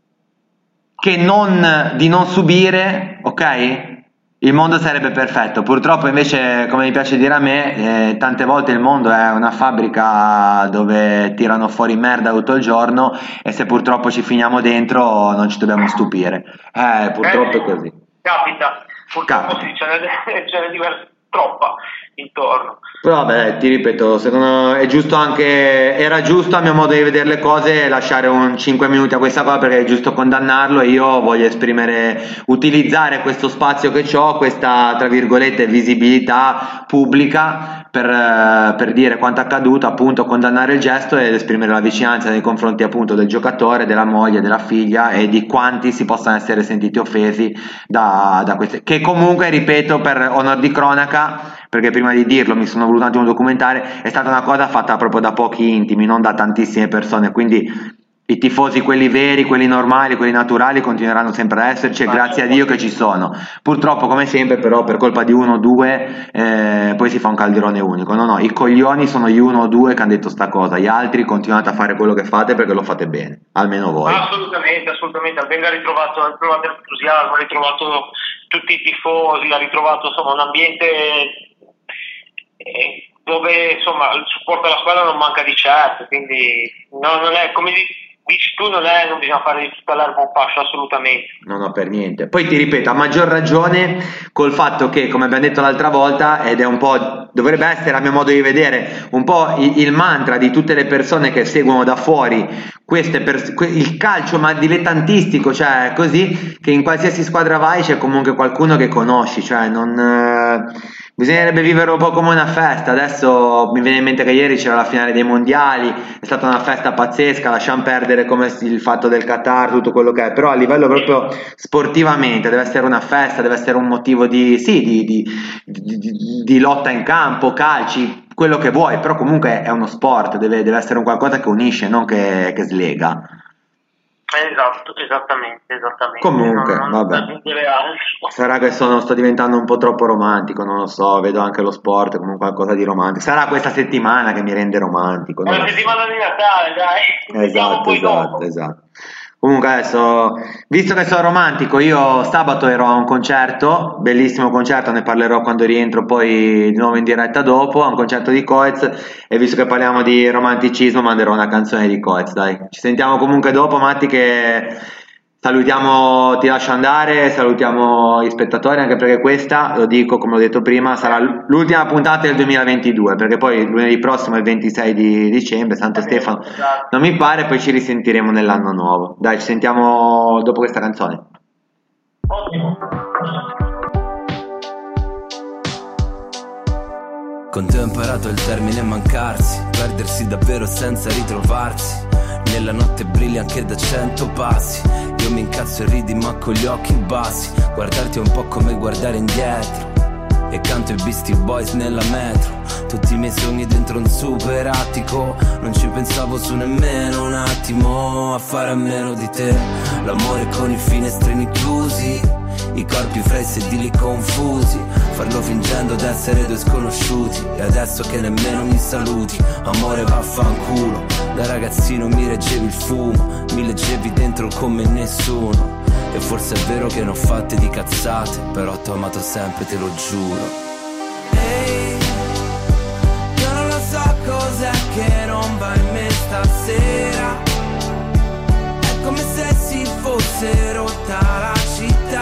che non di non subire, ok? Il mondo sarebbe perfetto. Purtroppo invece, come mi piace dire a me, eh, tante volte il mondo è una fabbrica dove tirano fuori merda tutto il giorno e se purtroppo ci finiamo dentro non ci dobbiamo stupire. Eh, purtroppo Eh, è così. Capita, purtroppo Capita. sì, ce n'è, ce n'è diversa, troppa intorno. Però vabbè, ti ripeto, secondo me è giusto anche, era giusto a mio modo di vedere le cose lasciare un cinque minuti a questa cosa perché è giusto condannarlo e io voglio esprimere, utilizzare questo spazio che ho, questa tra virgolette visibilità pubblica per, eh, per dire quanto è accaduto, appunto condannare il gesto ed esprimere la vicinanza nei confronti appunto del giocatore, della moglie, della figlia e di quanti si possano essere sentiti offesi da, da queste, che comunque ripeto per onor di cronaca, perché prima di dirlo mi sono voluto un attimo documentare, è stata una cosa fatta proprio da pochi intimi, non da tantissime persone, quindi i tifosi, quelli veri, quelli normali, quelli naturali continueranno sempre ad esserci e grazie a Dio che ci sono. Purtroppo come sempre però per colpa di uno o due eh, poi si fa un calderone unico. No no, i coglioni sono gli uno o due che hanno detto sta cosa, gli altri continuate a fare quello che fate perché lo fate bene, almeno voi. Assolutamente, assolutamente. Albenga ha ritrovato, ha ritrovato l'entusiasmo, ha ritrovato tutti i tifosi, ha ritrovato insomma un ambiente eh, dove insomma il supporto alla squadra non manca di certo, quindi no, non è come dici dici tu, non è, non bisogna fare di tutta l'erba un fascio, assolutamente. No, no, per niente. Poi ti ripeto, a maggior ragione col fatto che, come abbiamo detto l'altra volta, ed è un po', dovrebbe essere a mio modo di vedere, un po' il, il mantra di tutte le persone che seguono da fuori queste pers- que- il calcio, ma dilettantistico, cioè così, che in qualsiasi squadra vai c'è comunque qualcuno che conosci, cioè non... Eh, bisognerebbe vivere un po' come una festa. Adesso mi viene in mente che ieri c'era la finale dei mondiali, è stata una festa pazzesca, lasciamo perdere come il fatto del Qatar, tutto quello che è, però a livello proprio sportivamente deve essere una festa, deve essere un motivo di, sì, di, di, di, di, di lotta in campo, calci, quello che vuoi, però comunque è uno sport, deve, deve essere un qualcosa che unisce, non che, che slega. Esatto, esattamente, esattamente. Comunque, non, non vabbè. da dire altro. Sarà che sono, sto diventando un po' troppo romantico, non lo so, vedo anche lo sport come qualcosa di romantico. Sarà questa settimana che mi rende romantico. È non la lo so. settimana di Natale, dai. Vediamo Esatto, poi esatto, dopo. esatto. Comunque adesso, visto che sono romantico, io sabato ero a un concerto, bellissimo concerto, ne parlerò quando rientro poi di nuovo in diretta dopo, a un concerto di Coez, e visto che parliamo di romanticismo manderò una canzone di Coez, dai. Ci sentiamo comunque dopo, Matti, che salutiamo, ti lascio andare, salutiamo gli spettatori, anche perché questa, lo dico come ho detto prima, sarà l'ultima puntata del duemilaventidue, perché poi lunedì prossimo è il ventisei di dicembre, Santo Stefano, non mi pare, poi ci risentiremo nell'anno nuovo. Dai, ci sentiamo dopo questa canzone. Ottimo. Con te ho imparato il termine mancarsi, perdersi davvero senza ritrovarsi. Nella notte brilli anche da cento passi. Io mi incazzo e ridi ma con gli occhi bassi. Guardarti è un po' come guardare indietro. E canto i Beastie Boys nella metro. Tutti i miei sogni dentro un super attico. Non ci pensavo su nemmeno un attimo a fare a meno di te. L'amore con i finestrini chiusi, i corpi fra i sedili confusi, farlo fingendo d'essere due sconosciuti. E adesso che nemmeno mi saluti, amore vaffanculo. Da ragazzino mi reggevi il fumo, mi leggevi dentro come nessuno. E forse è vero che ne ho fatte di cazzate, però t'ho amato sempre, te lo giuro. Ehi, io non lo so cos'è che non va in me stasera. È come se si fosse rotta la città,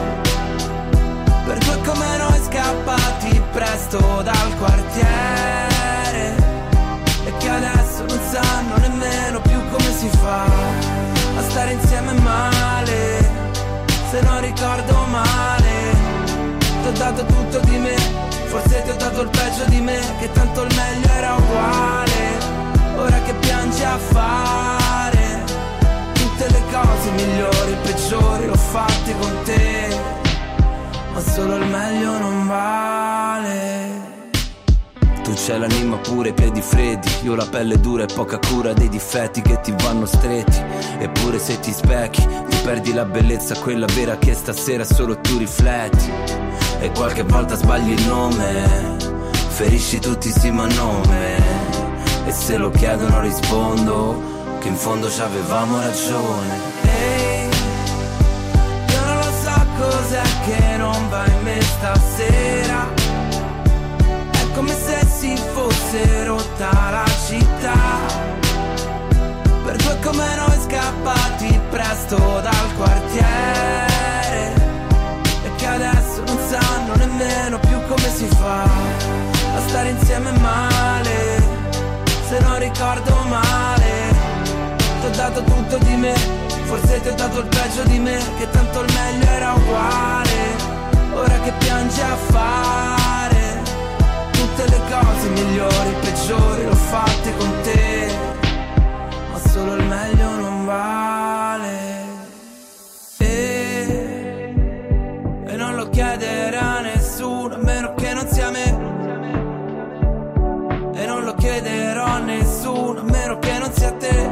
per due come noi scappati presto dal quartiere, e che adesso non sanno nemmeno più come si fa a stare insieme male. Se non ricordo male, ti ho dato tutto di me, forse ti ho dato il peggio di me, che tanto il meglio era uguale. Ora che piangi a fare tutte le cose migliori, peggiori, l'ho fatte con te, ma solo il meglio non vale. Tu c'hai l'anima pure, i piedi freddi, io la pelle dura e poca cura dei difetti che ti vanno stretti. Eppure se ti specchi, ti perdi la bellezza, quella vera che stasera solo tu rifletti. E qualche volta sbagli il nome, ferisci tutti sì ma nome. E se lo chiedono rispondo che in fondo ci avevamo ragione. Ehi, io non lo so cos'è che non va in me stasera. Come se si fosse rotta la città, per due come noi scappati presto dal quartiere, e che adesso non sanno nemmeno più come si fa a stare insieme male. Se non ricordo male, ti ho dato tutto di me, forse ti ho dato il peggio di me, che tanto il meglio era uguale. Ora che piangi a fare tutte le cose migliori, peggiori, l'ho fatte con te, ma solo il meglio non vale. E, e non lo chiederà a nessuno, a meno che non sia me. E non lo chiederò a nessuno, a meno che non sia te.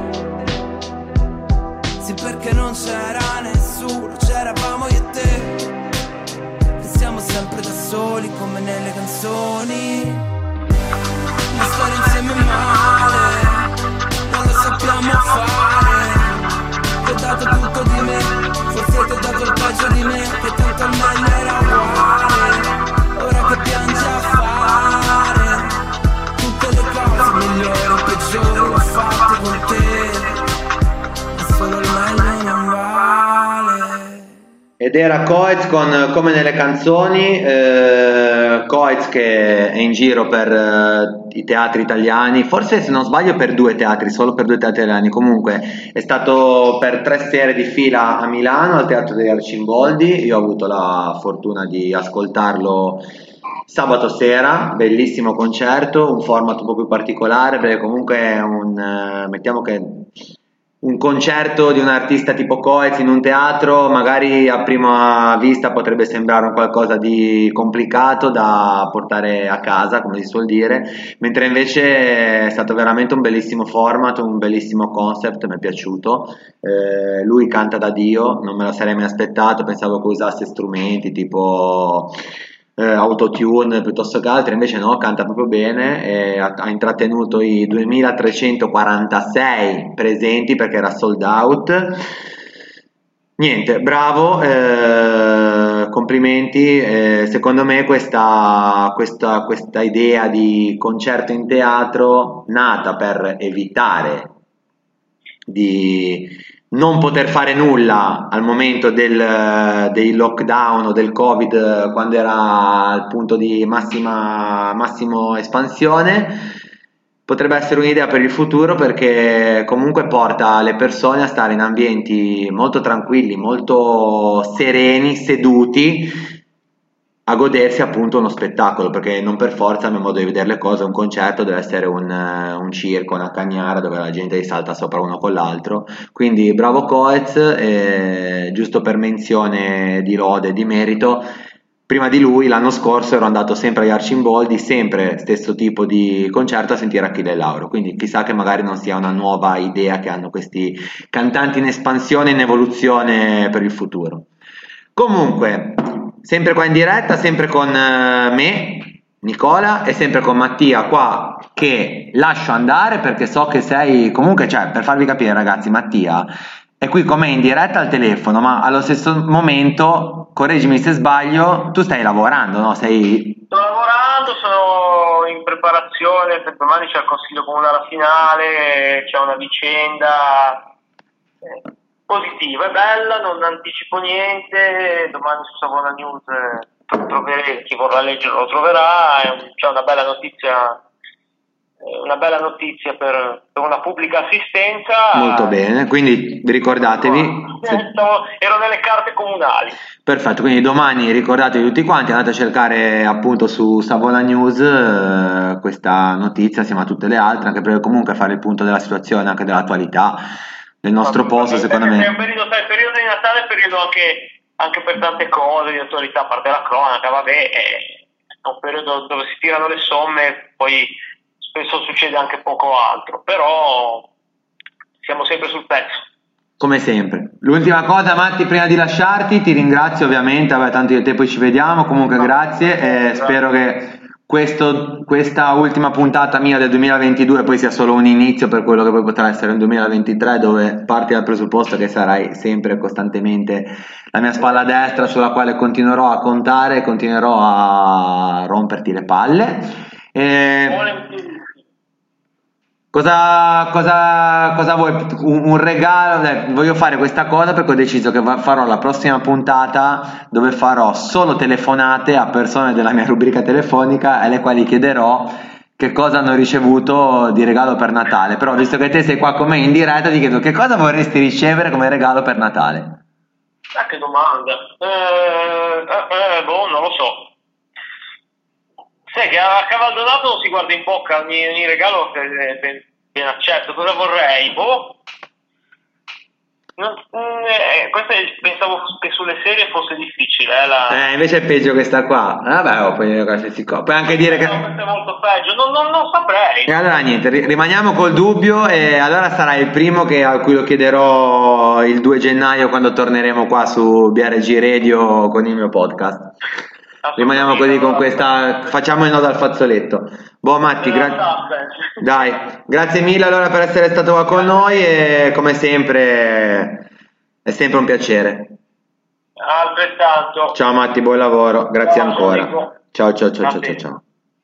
Sì, perché non c'era nessuno, c'eravamo io e te. Siamo sempre da soli come nelle canzoni, ma stare insieme male non lo sappiamo fare. Ti ho dato tutto di me, forse ti ho dato il peggio di me, che tanto il meglio era uguale. Ora che piangi a fare tutte le cose migliori, peggiori, l'ho fatte con te, ma solo il meglio non vale. Ed era Coez con Come nelle canzoni, eh, Coez che è in giro per eh, i teatri italiani, forse se non sbaglio per due teatri, solo per due teatri italiani. Comunque è stato per tre sere di fila a Milano al Teatro degli Arcimboldi. Io ho avuto la fortuna di ascoltarlo sabato sera, bellissimo concerto, un format un po' più particolare perché comunque è un, eh, mettiamo che un concerto di un artista tipo Coez in un teatro magari a prima vista potrebbe sembrare un qualcosa di complicato da portare a casa, come si suol dire, mentre invece è stato veramente un bellissimo format, un bellissimo concept, mi è piaciuto. Eh, lui canta da Dio, non me lo sarei mai aspettato, pensavo che usasse strumenti tipo eh, autotune piuttosto che altri, invece no, canta proprio bene e ha, ha intrattenuto i duemilatrecentoquarantasei presenti perché era sold out. Niente, bravo, eh, complimenti. Eh, secondo me questa, questa, questa idea di concerto in teatro, nata per evitare di non poter fare nulla al momento del, dei lockdown o del Covid, quando era al punto di massima massimo espansione, potrebbe essere un'idea per il futuro, perché comunque porta le persone a stare in ambienti molto tranquilli, molto sereni, seduti, a godersi appunto uno spettacolo, perché non per forza, a mio modo di vedere le cose, un concerto deve essere un, un circo, una cagnara dove la gente si salta sopra uno con l'altro. Quindi bravo Coez, eh, giusto per menzione di lode e di merito, prima di lui l'anno scorso ero andato sempre agli Arcimboldi, sempre stesso tipo di concerto, a sentire Achille Lauro, quindi chissà che magari non sia una nuova idea che hanno questi cantanti in espansione, in evoluzione per il futuro. Comunque, sempre qua in diretta, sempre con uh, me, Nicola, e sempre con Mattia qua, che lascio andare perché so che sei, comunque, cioè, per farvi capire ragazzi, Mattia è qui con me in diretta al telefono, ma allo stesso momento, correggimi se sbaglio, tu stai lavorando, no? Sei... Sto lavorando, sono in preparazione, per domani c'è il Consiglio Comunale finale, c'è una vicenda eh, positiva, è bella, non anticipo niente, domani su Savona News eh, troverete, chi vorrà leggerlo lo troverà, è un, c'è una bella notizia, eh, una bella notizia per, per una pubblica assistenza. Molto bene, quindi ricordatevi. Eh, stavo, ero nelle carte comunali. Perfetto, quindi domani ricordatevi tutti quanti, andate a cercare appunto su Savona News eh, questa notizia assieme a tutte le altre, anche perché comunque fare il punto della situazione, anche dell'attualità del nostro posto, secondo me. È un periodo, sai, il periodo di Natale è un periodo anche, anche per tante cose di attualità, a parte la cronaca, vabbè, è un periodo dove si tirano le somme, poi spesso succede anche poco altro, però siamo sempre sul pezzo. Come sempre. L'ultima cosa, Matti, prima di lasciarti, ti ringrazio ovviamente, vabbè, tanto io e te poi ci vediamo, comunque no, grazie, e grazie. Spero che questo, questa ultima puntata mia del duemilaventidue poi sia solo un inizio per quello che poi potrà essere il duemilaventitré, dove parti dal presupposto che sarai sempre costantemente la mia spalla destra sulla quale continuerò a contare e continuerò a romperti le palle. E... Cosa, cosa, cosa vuoi? Un, un regalo? Eh, voglio fare questa cosa perché ho deciso che farò la prossima puntata dove farò solo telefonate a persone della mia rubrica telefonica, alle quali chiederò che cosa hanno ricevuto di regalo per Natale. Però visto che te sei qua con me in diretta, ti chiedo che cosa vorresti ricevere come regalo per Natale? Ah, che domanda. Eh, eh, eh, boh, non lo so. Sai che a Cavaldonato non si guarda in bocca, ogni, ogni regalo viene accetto. Cosa vorrei? Boh. Non, eh, questo è, pensavo che sulle serie fosse difficile. Eh, la... eh invece è peggio questa qua. Vabbè, oh, poi, puoi anche dire che... No, questo è molto peggio, non, non, non saprei. E allora niente, rimaniamo col dubbio e allora sarai il primo che, a cui lo chiederò il due gennaio quando torneremo qua su B R G Radio con il mio podcast. Rimaniamo così con questa, facciamo il nodo al fazzoletto. Boh Matti, gra- dai, grazie mille allora per essere stato qua con noi e come sempre è sempre un piacere. Altrettanto. Ciao Matti, buon lavoro, grazie ciao, ancora. Ciao ciao ciao ciao ciao ciao.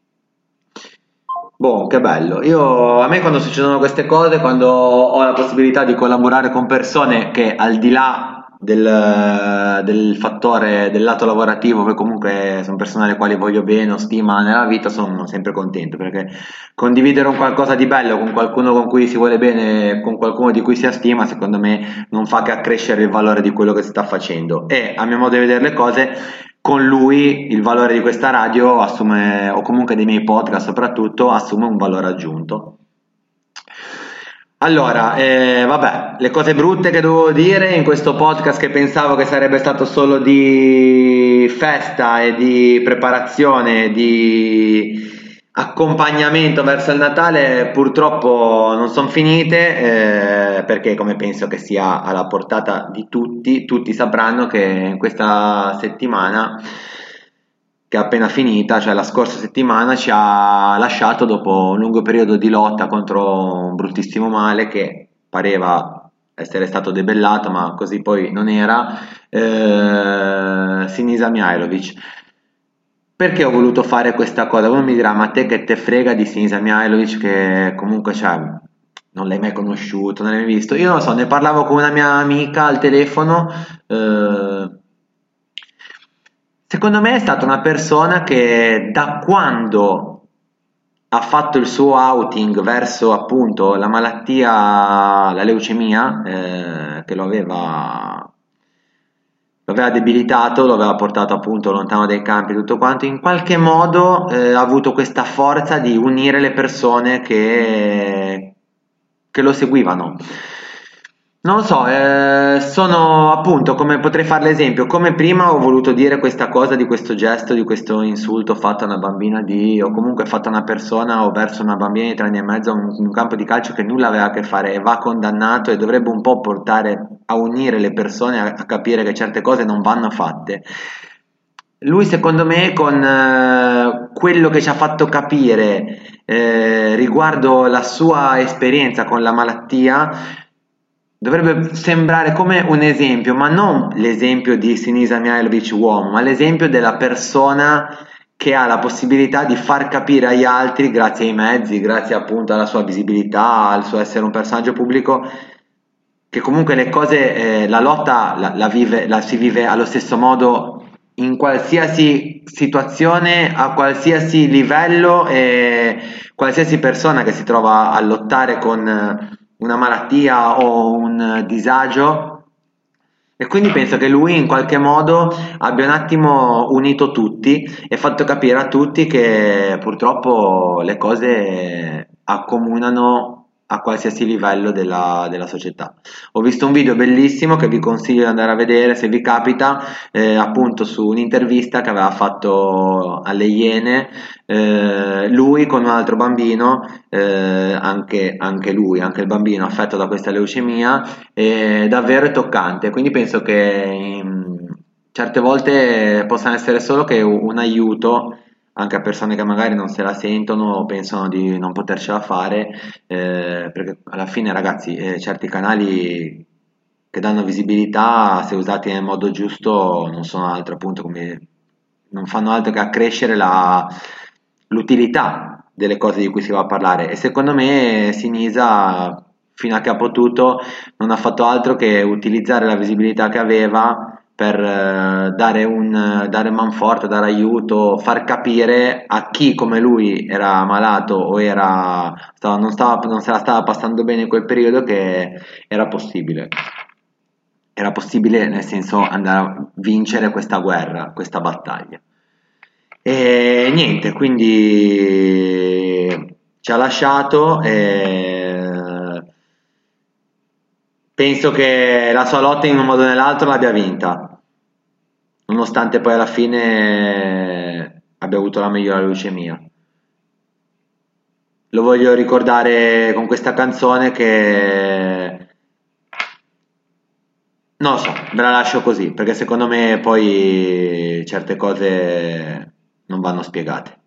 Boh, che bello. Io, a me quando succedono queste cose, quando ho la possibilità di collaborare con persone che al di là Del, del fattore del lato lavorativo, poi comunque sono persone alle quali voglio bene, ho stima nella vita, sono sempre contento perché condividere un qualcosa di bello con qualcuno con cui si vuole bene, con qualcuno di cui si ha stima, secondo me non fa che accrescere il valore di quello che si sta facendo e a mio modo di vedere le cose con lui il valore di questa radio assume, o comunque dei miei podcast soprattutto, assume un valore aggiunto. Allora, eh, vabbè, le cose brutte che dovevo dire in questo podcast che pensavo che sarebbe stato solo di festa e di preparazione, di accompagnamento verso il Natale, purtroppo non sono finite, eh, perché come penso che sia alla portata di tutti, tutti sapranno che in questa settimana che è appena finita, cioè la scorsa settimana, ci ha lasciato dopo un lungo periodo di lotta contro un bruttissimo male che pareva essere stato debellato, ma così poi non era, eh, Sinisa Mihajlović. Perché ho voluto fare questa cosa? Uno mi dirà, ma te che te frega di Sinisa Mihajlović, che comunque cioè, non l'hai mai conosciuto, non l'hai mai visto? Io non lo so, ne parlavo con una mia amica al telefono. eh, Secondo me è stata una persona che da quando ha fatto il suo outing verso appunto la malattia, la leucemia, eh, che lo aveva, lo aveva debilitato, lo aveva portato appunto lontano dai campi e tutto quanto, in qualche modo eh, ha avuto questa forza di unire le persone che, che lo seguivano. Non lo so, eh, sono appunto, come potrei fare l'esempio, come prima ho voluto dire questa cosa di questo gesto, di questo insulto fatto a una bambina di, o comunque fatto a una persona o verso una bambina di tre anni e mezzo in un, un campo di calcio che nulla aveva a che fare e va condannato e dovrebbe un po' portare a unire le persone, a, a capire che certe cose non vanno fatte. Lui secondo me con eh, quello che ci ha fatto capire eh, riguardo la sua esperienza con la malattia, dovrebbe sembrare come un esempio, ma non l'esempio di Sinisa Mihajlović uomo, ma l'esempio della persona che ha la possibilità di far capire agli altri, grazie ai mezzi, grazie appunto alla sua visibilità, al suo essere un personaggio pubblico, che comunque le cose, eh, la lotta la, la, vive, la si vive allo stesso modo in qualsiasi situazione, a qualsiasi livello, e qualsiasi persona che si trova a lottare con una malattia o un disagio, e quindi penso che lui in qualche modo abbia un attimo unito tutti e fatto capire a tutti che purtroppo le cose accomunano a qualsiasi livello della, della società. Ho visto un video bellissimo che vi consiglio di andare a vedere se vi capita, eh, appunto su un'intervista che aveva fatto alle Iene, eh, lui con un altro bambino, eh, anche, anche lui, anche il bambino affetto da questa leucemia, è davvero toccante, quindi penso che mh, certe volte possa essere solo che un aiuto anche a persone che magari non se la sentono o pensano di non potercela fare, eh, perché alla fine ragazzi eh, certi canali che danno visibilità, se usati nel modo giusto, non sono altro appunto come non fanno altro che accrescere la, l'utilità delle cose di cui si va a parlare, e secondo me Sinisa fino a che ha potuto non ha fatto altro che utilizzare la visibilità che aveva per uh, dare un dare manforte, dare aiuto, far capire a chi come lui era malato o era stava, non, stava, non se la stava passando bene in quel periodo, che era possibile era possibile nel senso andare a vincere questa guerra, questa battaglia. E niente, quindi ci ha lasciato e penso che la sua lotta in un modo o nell'altro l'abbia vinta, nonostante poi alla fine abbia avuto la migliore leucemia. Lo voglio ricordare con questa canzone che non lo so, ve la lascio così, perché secondo me poi certe cose non vanno spiegate.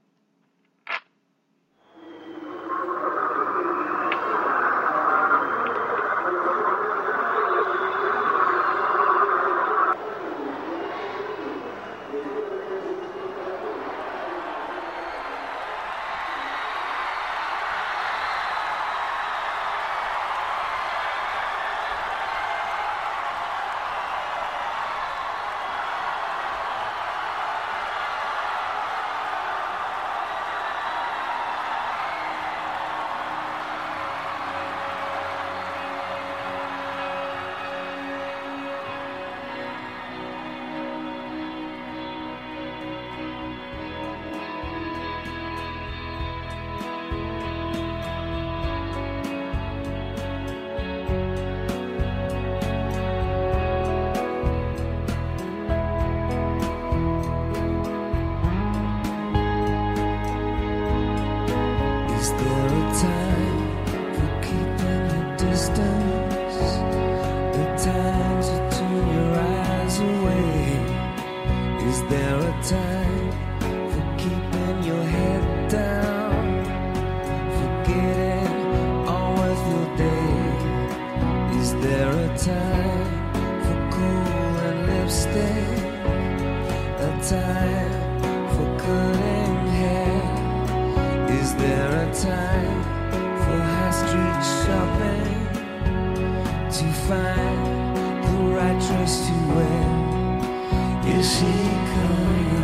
time for high street shopping to find the right dress to wear. Here she comes.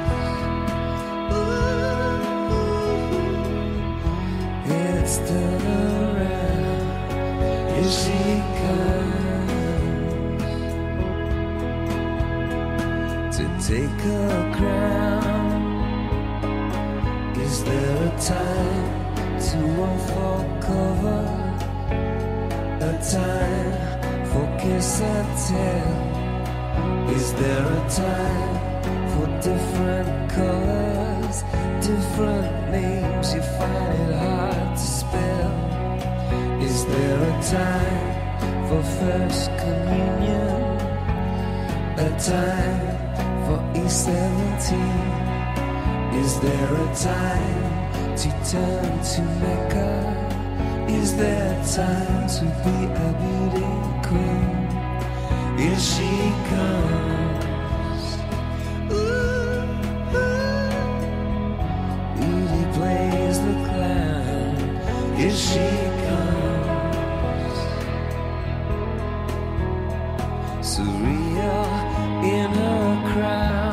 Ooh, it's turn around. Here she comes to take her crown. Is there a time to unfold cover? A time for kiss and tell? Is there a time for different colors, different names you find it hard to spell? Is there a time for first communion? A time for E seventeen? Is there a time to turn to Mecca? Is there time to be a beauty queen? Here she comes. Ooh, ooh. Beauty plays the clown. Here she comes. Surreal in her crown.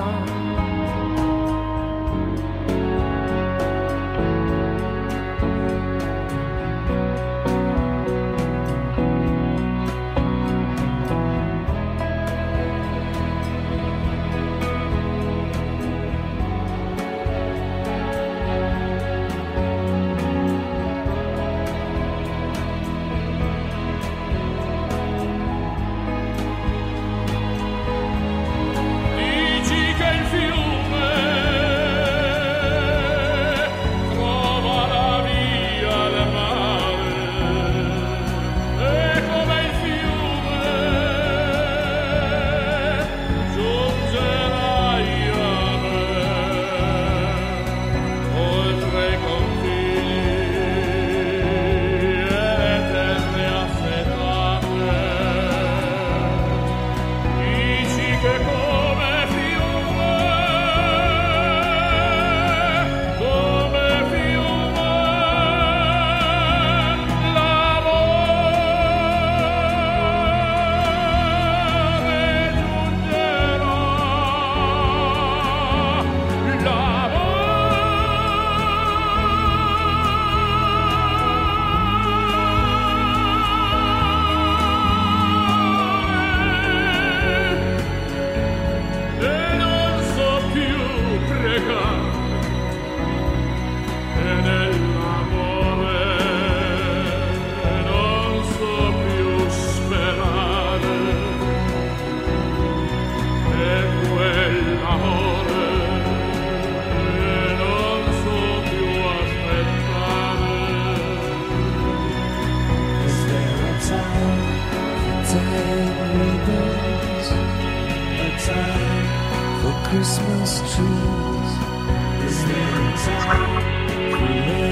Christmas trees. Is there time for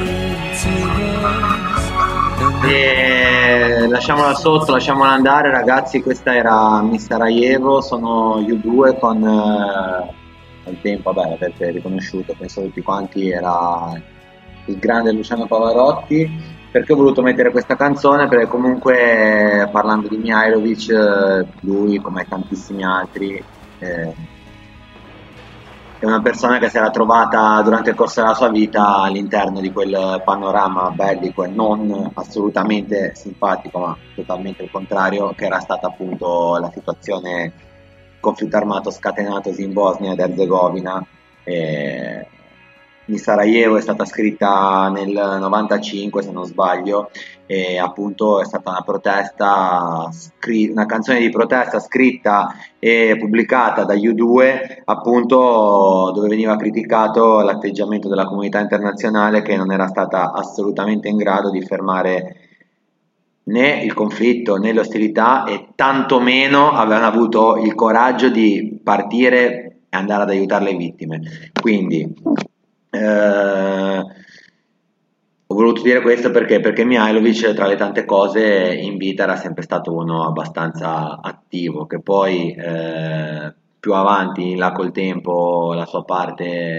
tables? E lasciamola sotto, lasciamola andare, ragazzi. Questa era Miss Sarajevo, sono U due con eh, al tempo, vabbè, l'avete riconosciuto, penso tutti quanti, era il grande Luciano Pavarotti. Perché ho voluto mettere questa canzone? Perché comunque, parlando di Mihajlovic, lui, come tantissimi altri, eh, è una persona che si era trovata durante il corso della sua vita all'interno di quel panorama bellico e non assolutamente simpatico, ma totalmente il contrario, che era stata appunto la situazione conflitto armato scatenatosi in Bosnia ed Erzegovina. E Miss Sarajevo è stata scritta nel novantacinque, se non sbaglio, e appunto è stata una protesta, scri- una canzone di protesta scritta e pubblicata da U due, appunto, dove veniva criticato l'atteggiamento della comunità internazionale, che non era stata assolutamente in grado di fermare né il conflitto né le ostilità, e tantomeno avevano avuto il coraggio di partire e andare ad aiutare le vittime. Quindi Eh, ho voluto dire questo perché perché Mihajlovic, tra le tante cose, in vita era sempre stato uno abbastanza attivo, che poi eh, più avanti là col tempo la sua parte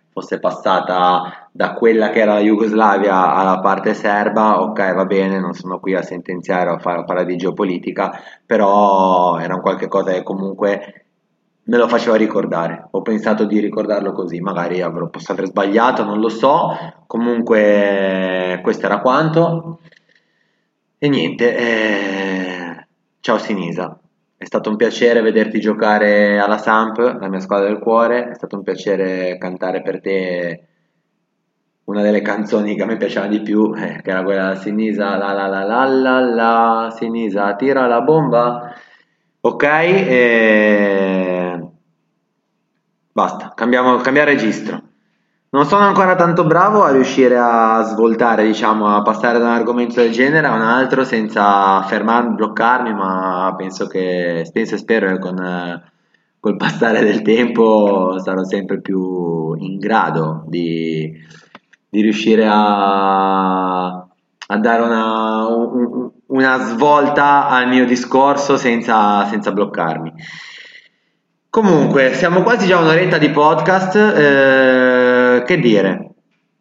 fosse passata da quella che era la Jugoslavia alla parte serba, ok, va bene, non sono qui a sentenziare o a fare, a parlare di geopolitica, però era un qualche cosa che comunque me lo faceva ricordare. Ho pensato di ricordarlo così, magari avrò, posso aver sbagliato, non lo so. Comunque questo era quanto. E niente, eh... ciao Sinisa. È stato un piacere vederti giocare alla Samp, la mia squadra del cuore. È stato un piacere cantare per te una delle canzoni che a me piaceva di più, eh, che era quella Sinisa, la la la la la la, Sinisa tira la bomba. Ok, e... basta, cambiamo, cambiare registro. Non sono ancora tanto bravo a riuscire a svoltare, diciamo, a passare da un argomento del genere a un altro senza fermarmi, bloccarmi, ma penso che, penso e spero che con col passare del tempo sarò sempre più in grado di, di riuscire a, a dare una, un, una svolta al mio discorso senza, senza bloccarmi. Comunque, siamo quasi già a un'oretta di podcast, eh, che dire?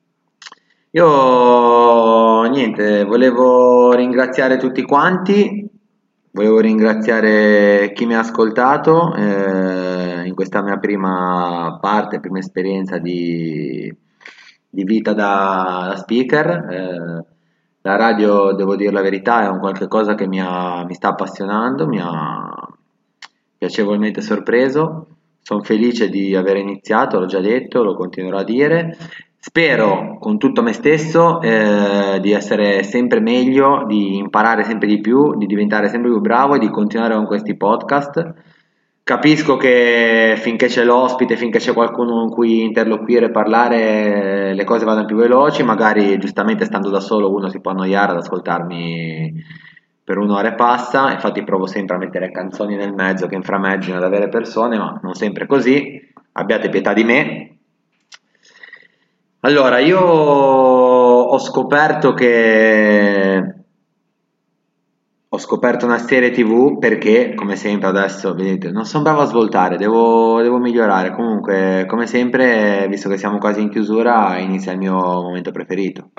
Io, niente, volevo ringraziare tutti quanti, volevo ringraziare chi mi ha ascoltato eh, in questa mia prima parte, prima esperienza di, di vita da, da speaker. Eh, la radio, devo dire la verità, è un qualche cosa che mi, ha, mi sta appassionando, mi ha piacevolmente sorpreso. Sono felice di aver iniziato, l'ho già detto, lo continuerò a dire. Spero con tutto me stesso eh, di essere sempre meglio, di imparare sempre di più, di diventare sempre più bravo e di continuare con questi podcast. Capisco che finché c'è l'ospite, finché c'è qualcuno con cui interloquire e parlare, le cose vanno più veloci. Magari giustamente stando da solo uno si può annoiare ad ascoltarmi per un'ora e passa, infatti provo sempre a mettere canzoni nel mezzo che inframeggino ad avere persone, ma non sempre così, abbiate pietà di me. Allora, io ho scoperto che ho scoperto una serie tv perché, come sempre adesso, vedete, non sono bravo a svoltare, devo, devo migliorare. Comunque, come sempre, visto che siamo quasi in chiusura, inizia il mio momento preferito.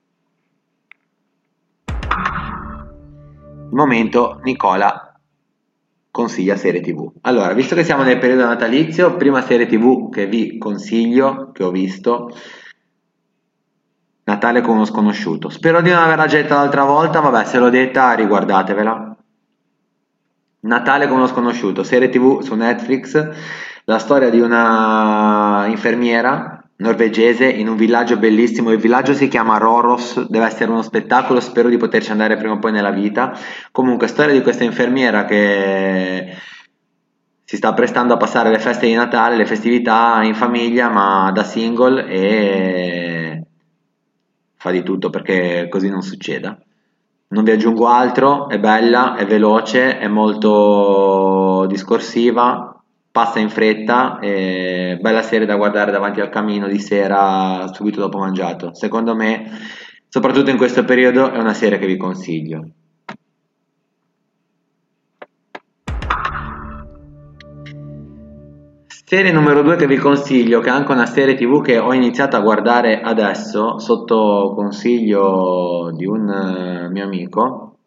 Il momento Nicola consiglia serie tv. Allora, visto che siamo nel periodo natalizio, prima serie tv che vi consiglio, che ho visto, Natale con uno sconosciuto. Spero di non averla detta l'altra volta, vabbè, se l'ho detta riguardatevela. Natale con uno sconosciuto, serie tv su Netflix, la storia di una infermiera norvegese in un villaggio bellissimo. Il villaggio si chiama Røros, deve essere uno spettacolo, spero di poterci andare prima o poi nella vita. Comunque, storia di questa infermiera che si sta prestando a passare le feste di Natale, le festività in famiglia, ma da single, e fa di tutto perché così non succeda. Non vi aggiungo altro, è bella, è veloce, è molto discorsiva, passa in fretta, e bella serie da guardare davanti al camino di sera subito dopo mangiato. Secondo me, soprattutto in questo periodo, è una serie che vi consiglio. Serie numero due che vi consiglio, che è anche una serie tv che ho iniziato a guardare adesso sotto consiglio di un uh, mio amico,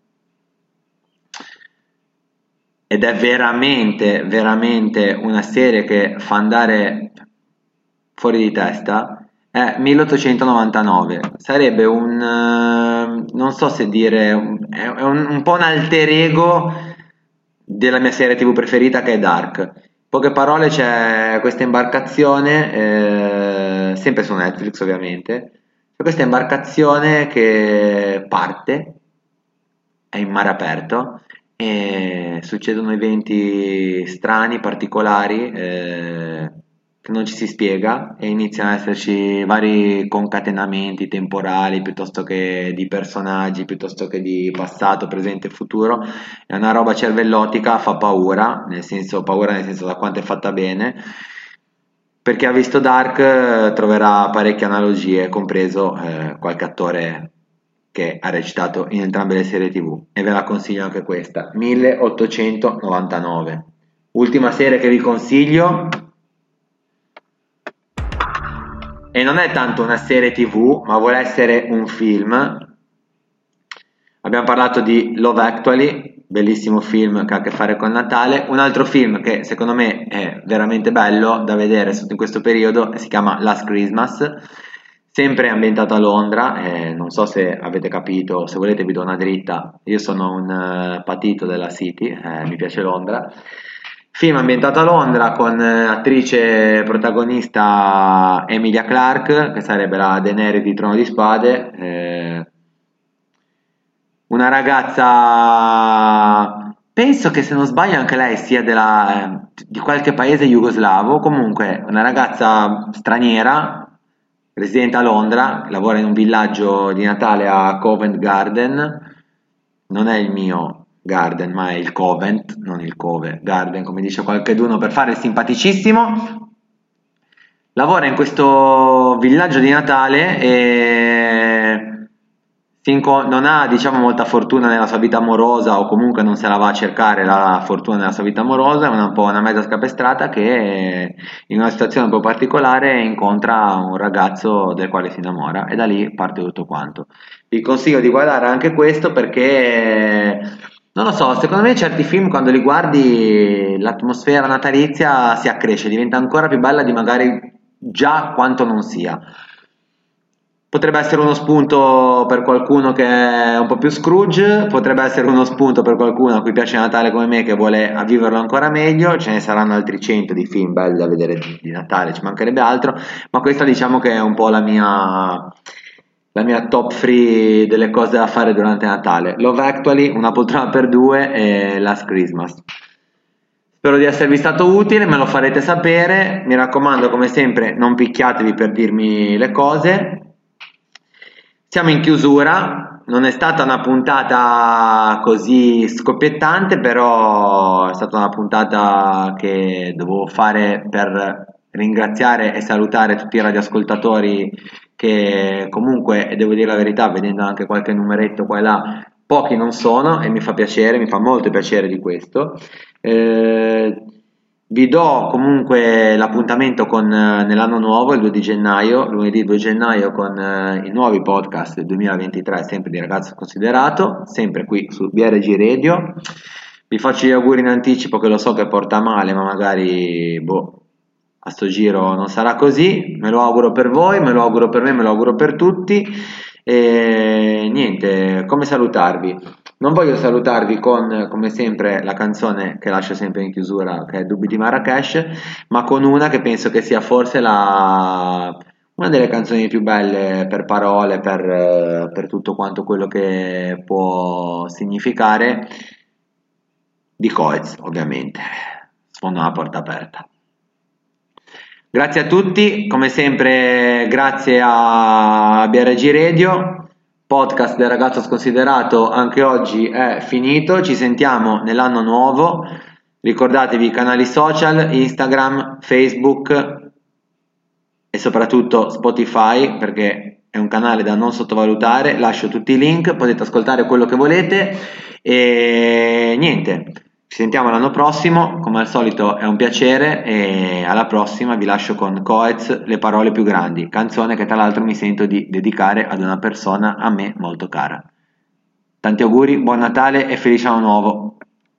ed è veramente veramente una serie che fa andare fuori di testa, è milleottocentonovantanove. Sarebbe un uh, non so se dire è un, un po' un alter ego della mia serie tv preferita, che è Dark. Poche parole, c'è questa imbarcazione, eh, sempre su Netflix ovviamente, c'è questa imbarcazione che parte, è in mare aperto, e succedono eventi strani, particolari, eh, che non ci si spiega, e iniziano ad esserci vari concatenamenti temporali, piuttosto che di personaggi, piuttosto che di passato, presente e futuro. È una roba cervellotica, fa paura, nel senso paura nel senso da quanto è fatta bene. Per chi ha visto Dark troverà parecchie analogie, compreso eh, qualche attore che ha recitato in entrambe le serie tv, e ve la consiglio anche questa, milleottocentonovantanove. Ultima serie che vi consiglio, e non è tanto una serie tv, ma vuole essere un film. Abbiamo parlato di Love Actually, bellissimo film che ha a che fare con Natale. Un altro film che secondo me è veramente bello da vedere in questo periodo si chiama Last Christmas, sempre ambientato a Londra. Eh, non so se avete capito, se volete vi do una dritta, io sono un uh, patito della City, eh, mi piace Londra. Film ambientato a Londra con eh, attrice protagonista Emilia Clarke, che sarebbe la Daenerys di Trono di Spade, eh, una ragazza, penso che se non sbaglio anche lei sia della, eh, di qualche paese jugoslavo, comunque una ragazza straniera, residente a Londra, lavora in un villaggio di Natale a Covent Garden, non è il mio Garden ma è il Covent, non il Cove Garden come dice qualcheduno per fare il simpaticissimo. Lavora in questo villaggio di Natale e non ha diciamo molta fortuna nella sua vita amorosa, o comunque non se la va a cercare la fortuna nella sua vita amorosa, è un po' una mezza scapestrata che in una situazione un po' particolare incontra un ragazzo del quale si innamora e da lì parte tutto quanto. Vi consiglio di guardare anche questo perché non lo so, secondo me certi film quando li guardi l'atmosfera natalizia si accresce, diventa ancora più bella di magari già quanto non sia. Potrebbe essere uno spunto per qualcuno che è un po' più Scrooge, potrebbe essere uno spunto per qualcuno a cui piace Natale come me che vuole viverlo ancora meglio. Ce ne saranno altri cento di film belli da vedere di, di Natale, ci mancherebbe altro, ma questa diciamo che è un po' la mia, la mia top three delle cose da fare durante Natale. Love Actually, Una poltrona per due e Last Christmas. Spero di esservi stato utile, me lo farete sapere, mi raccomando come sempre non picchiatevi per dirmi le cose. Siamo in chiusura, non è stata una puntata così scoppiettante, però è stata una puntata che dovevo fare per ringraziare e salutare tutti i radioascoltatori che comunque, e devo dire la verità, vedendo anche qualche numeretto qua e là, pochi non sono e mi fa piacere, mi fa molto piacere di questo. Eh, Vi do comunque l'appuntamento con eh, nell'anno nuovo, il due di gennaio, lunedì due gennaio, con eh, i nuovi podcast del duemilaventitré, sempre di Ragazzo Considerato, sempre qui su B R G Radio. Vi faccio gli auguri in anticipo, che lo so che porta male, ma magari boh, a sto giro non sarà così. Me lo auguro per voi, me lo auguro per me, me lo auguro per tutti. E niente, come salutarvi? Non voglio salutarvi con, come sempre, la canzone che lascio sempre in chiusura, che è Dubbi di Marrakesh, ma con una che penso che sia forse la, una delle canzoni più belle per parole, per, per tutto quanto quello che può significare, di Coez, ovviamente. Sfondo una porta aperta. Grazie a tutti, come sempre grazie a B R G Radio. Podcast del Ragazzo Sconsiderato anche oggi è finito, ci sentiamo nell'anno nuovo. Ricordatevi i canali social, Instagram, Facebook e soprattutto Spotify, perché è un canale da non sottovalutare. Lascio tutti i link, potete ascoltare quello che volete e niente, ci sentiamo l'anno prossimo, come al solito è un piacere e alla prossima. Vi lascio con Coez, Le parole più grandi, canzone che tra l'altro mi sento di dedicare ad una persona a me molto cara. Tanti auguri, buon Natale e felice anno nuovo.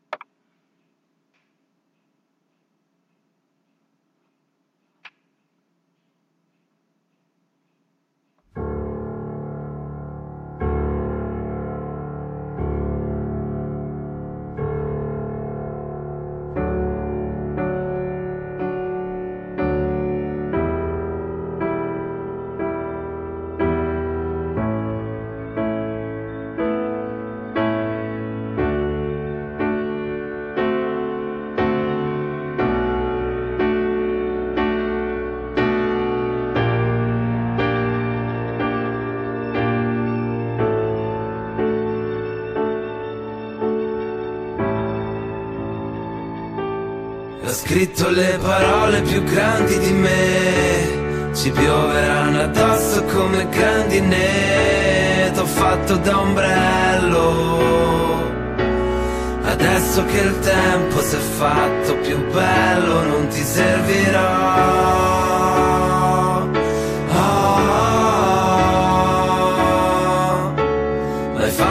Ho scritto le parole più grandi di me, ci pioveranno addosso come grandine. T'ho fatto da ombrello, adesso che il tempo si è fatto più bello non ti servirò.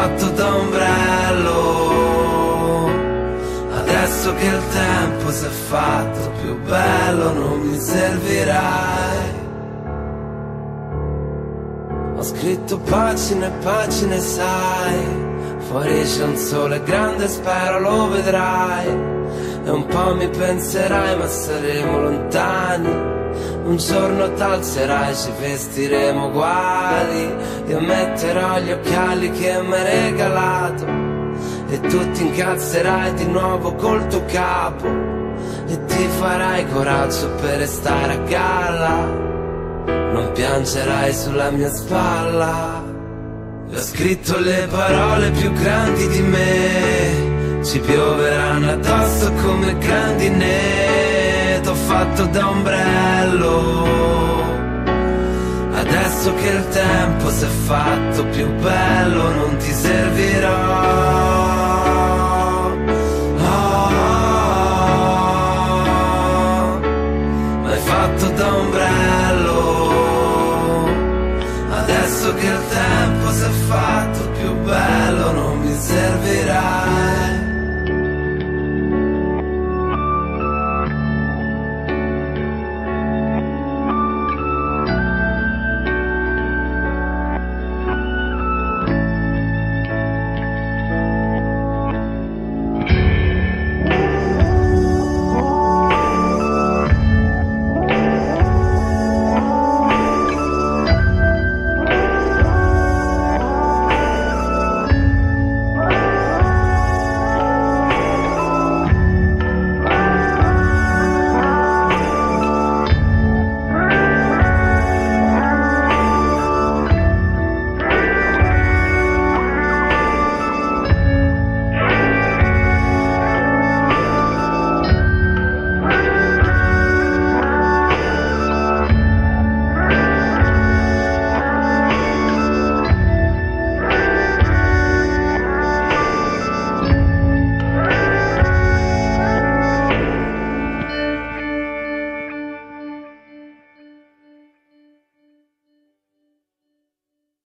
fatto da ombrello. Adesso che il tempo si è fatto più bello non mi servirai. Ho scritto pagine e pagine, sai, fuori c'è un sole grande, spero lo vedrai. E un po' mi penserai, ma saremo lontani. Un giorno t'alzerai, ci vestiremo uguali. Io metterò gli occhiali che mi hai regalato e tu ti incazzerai di nuovo col tuo capo e ti farai coraggio per restare a galla. Non piangerai sulla mia spalla. E ho scritto le parole più grandi di me, ci pioveranno addosso come grandine. T'ho fatto da ombrello. Adesso che il tempo si è fatto più bello non ti servirò. Oh, m'hai fatto da ombrello. Adesso che il tempo si è fatto più bello non mi servirai.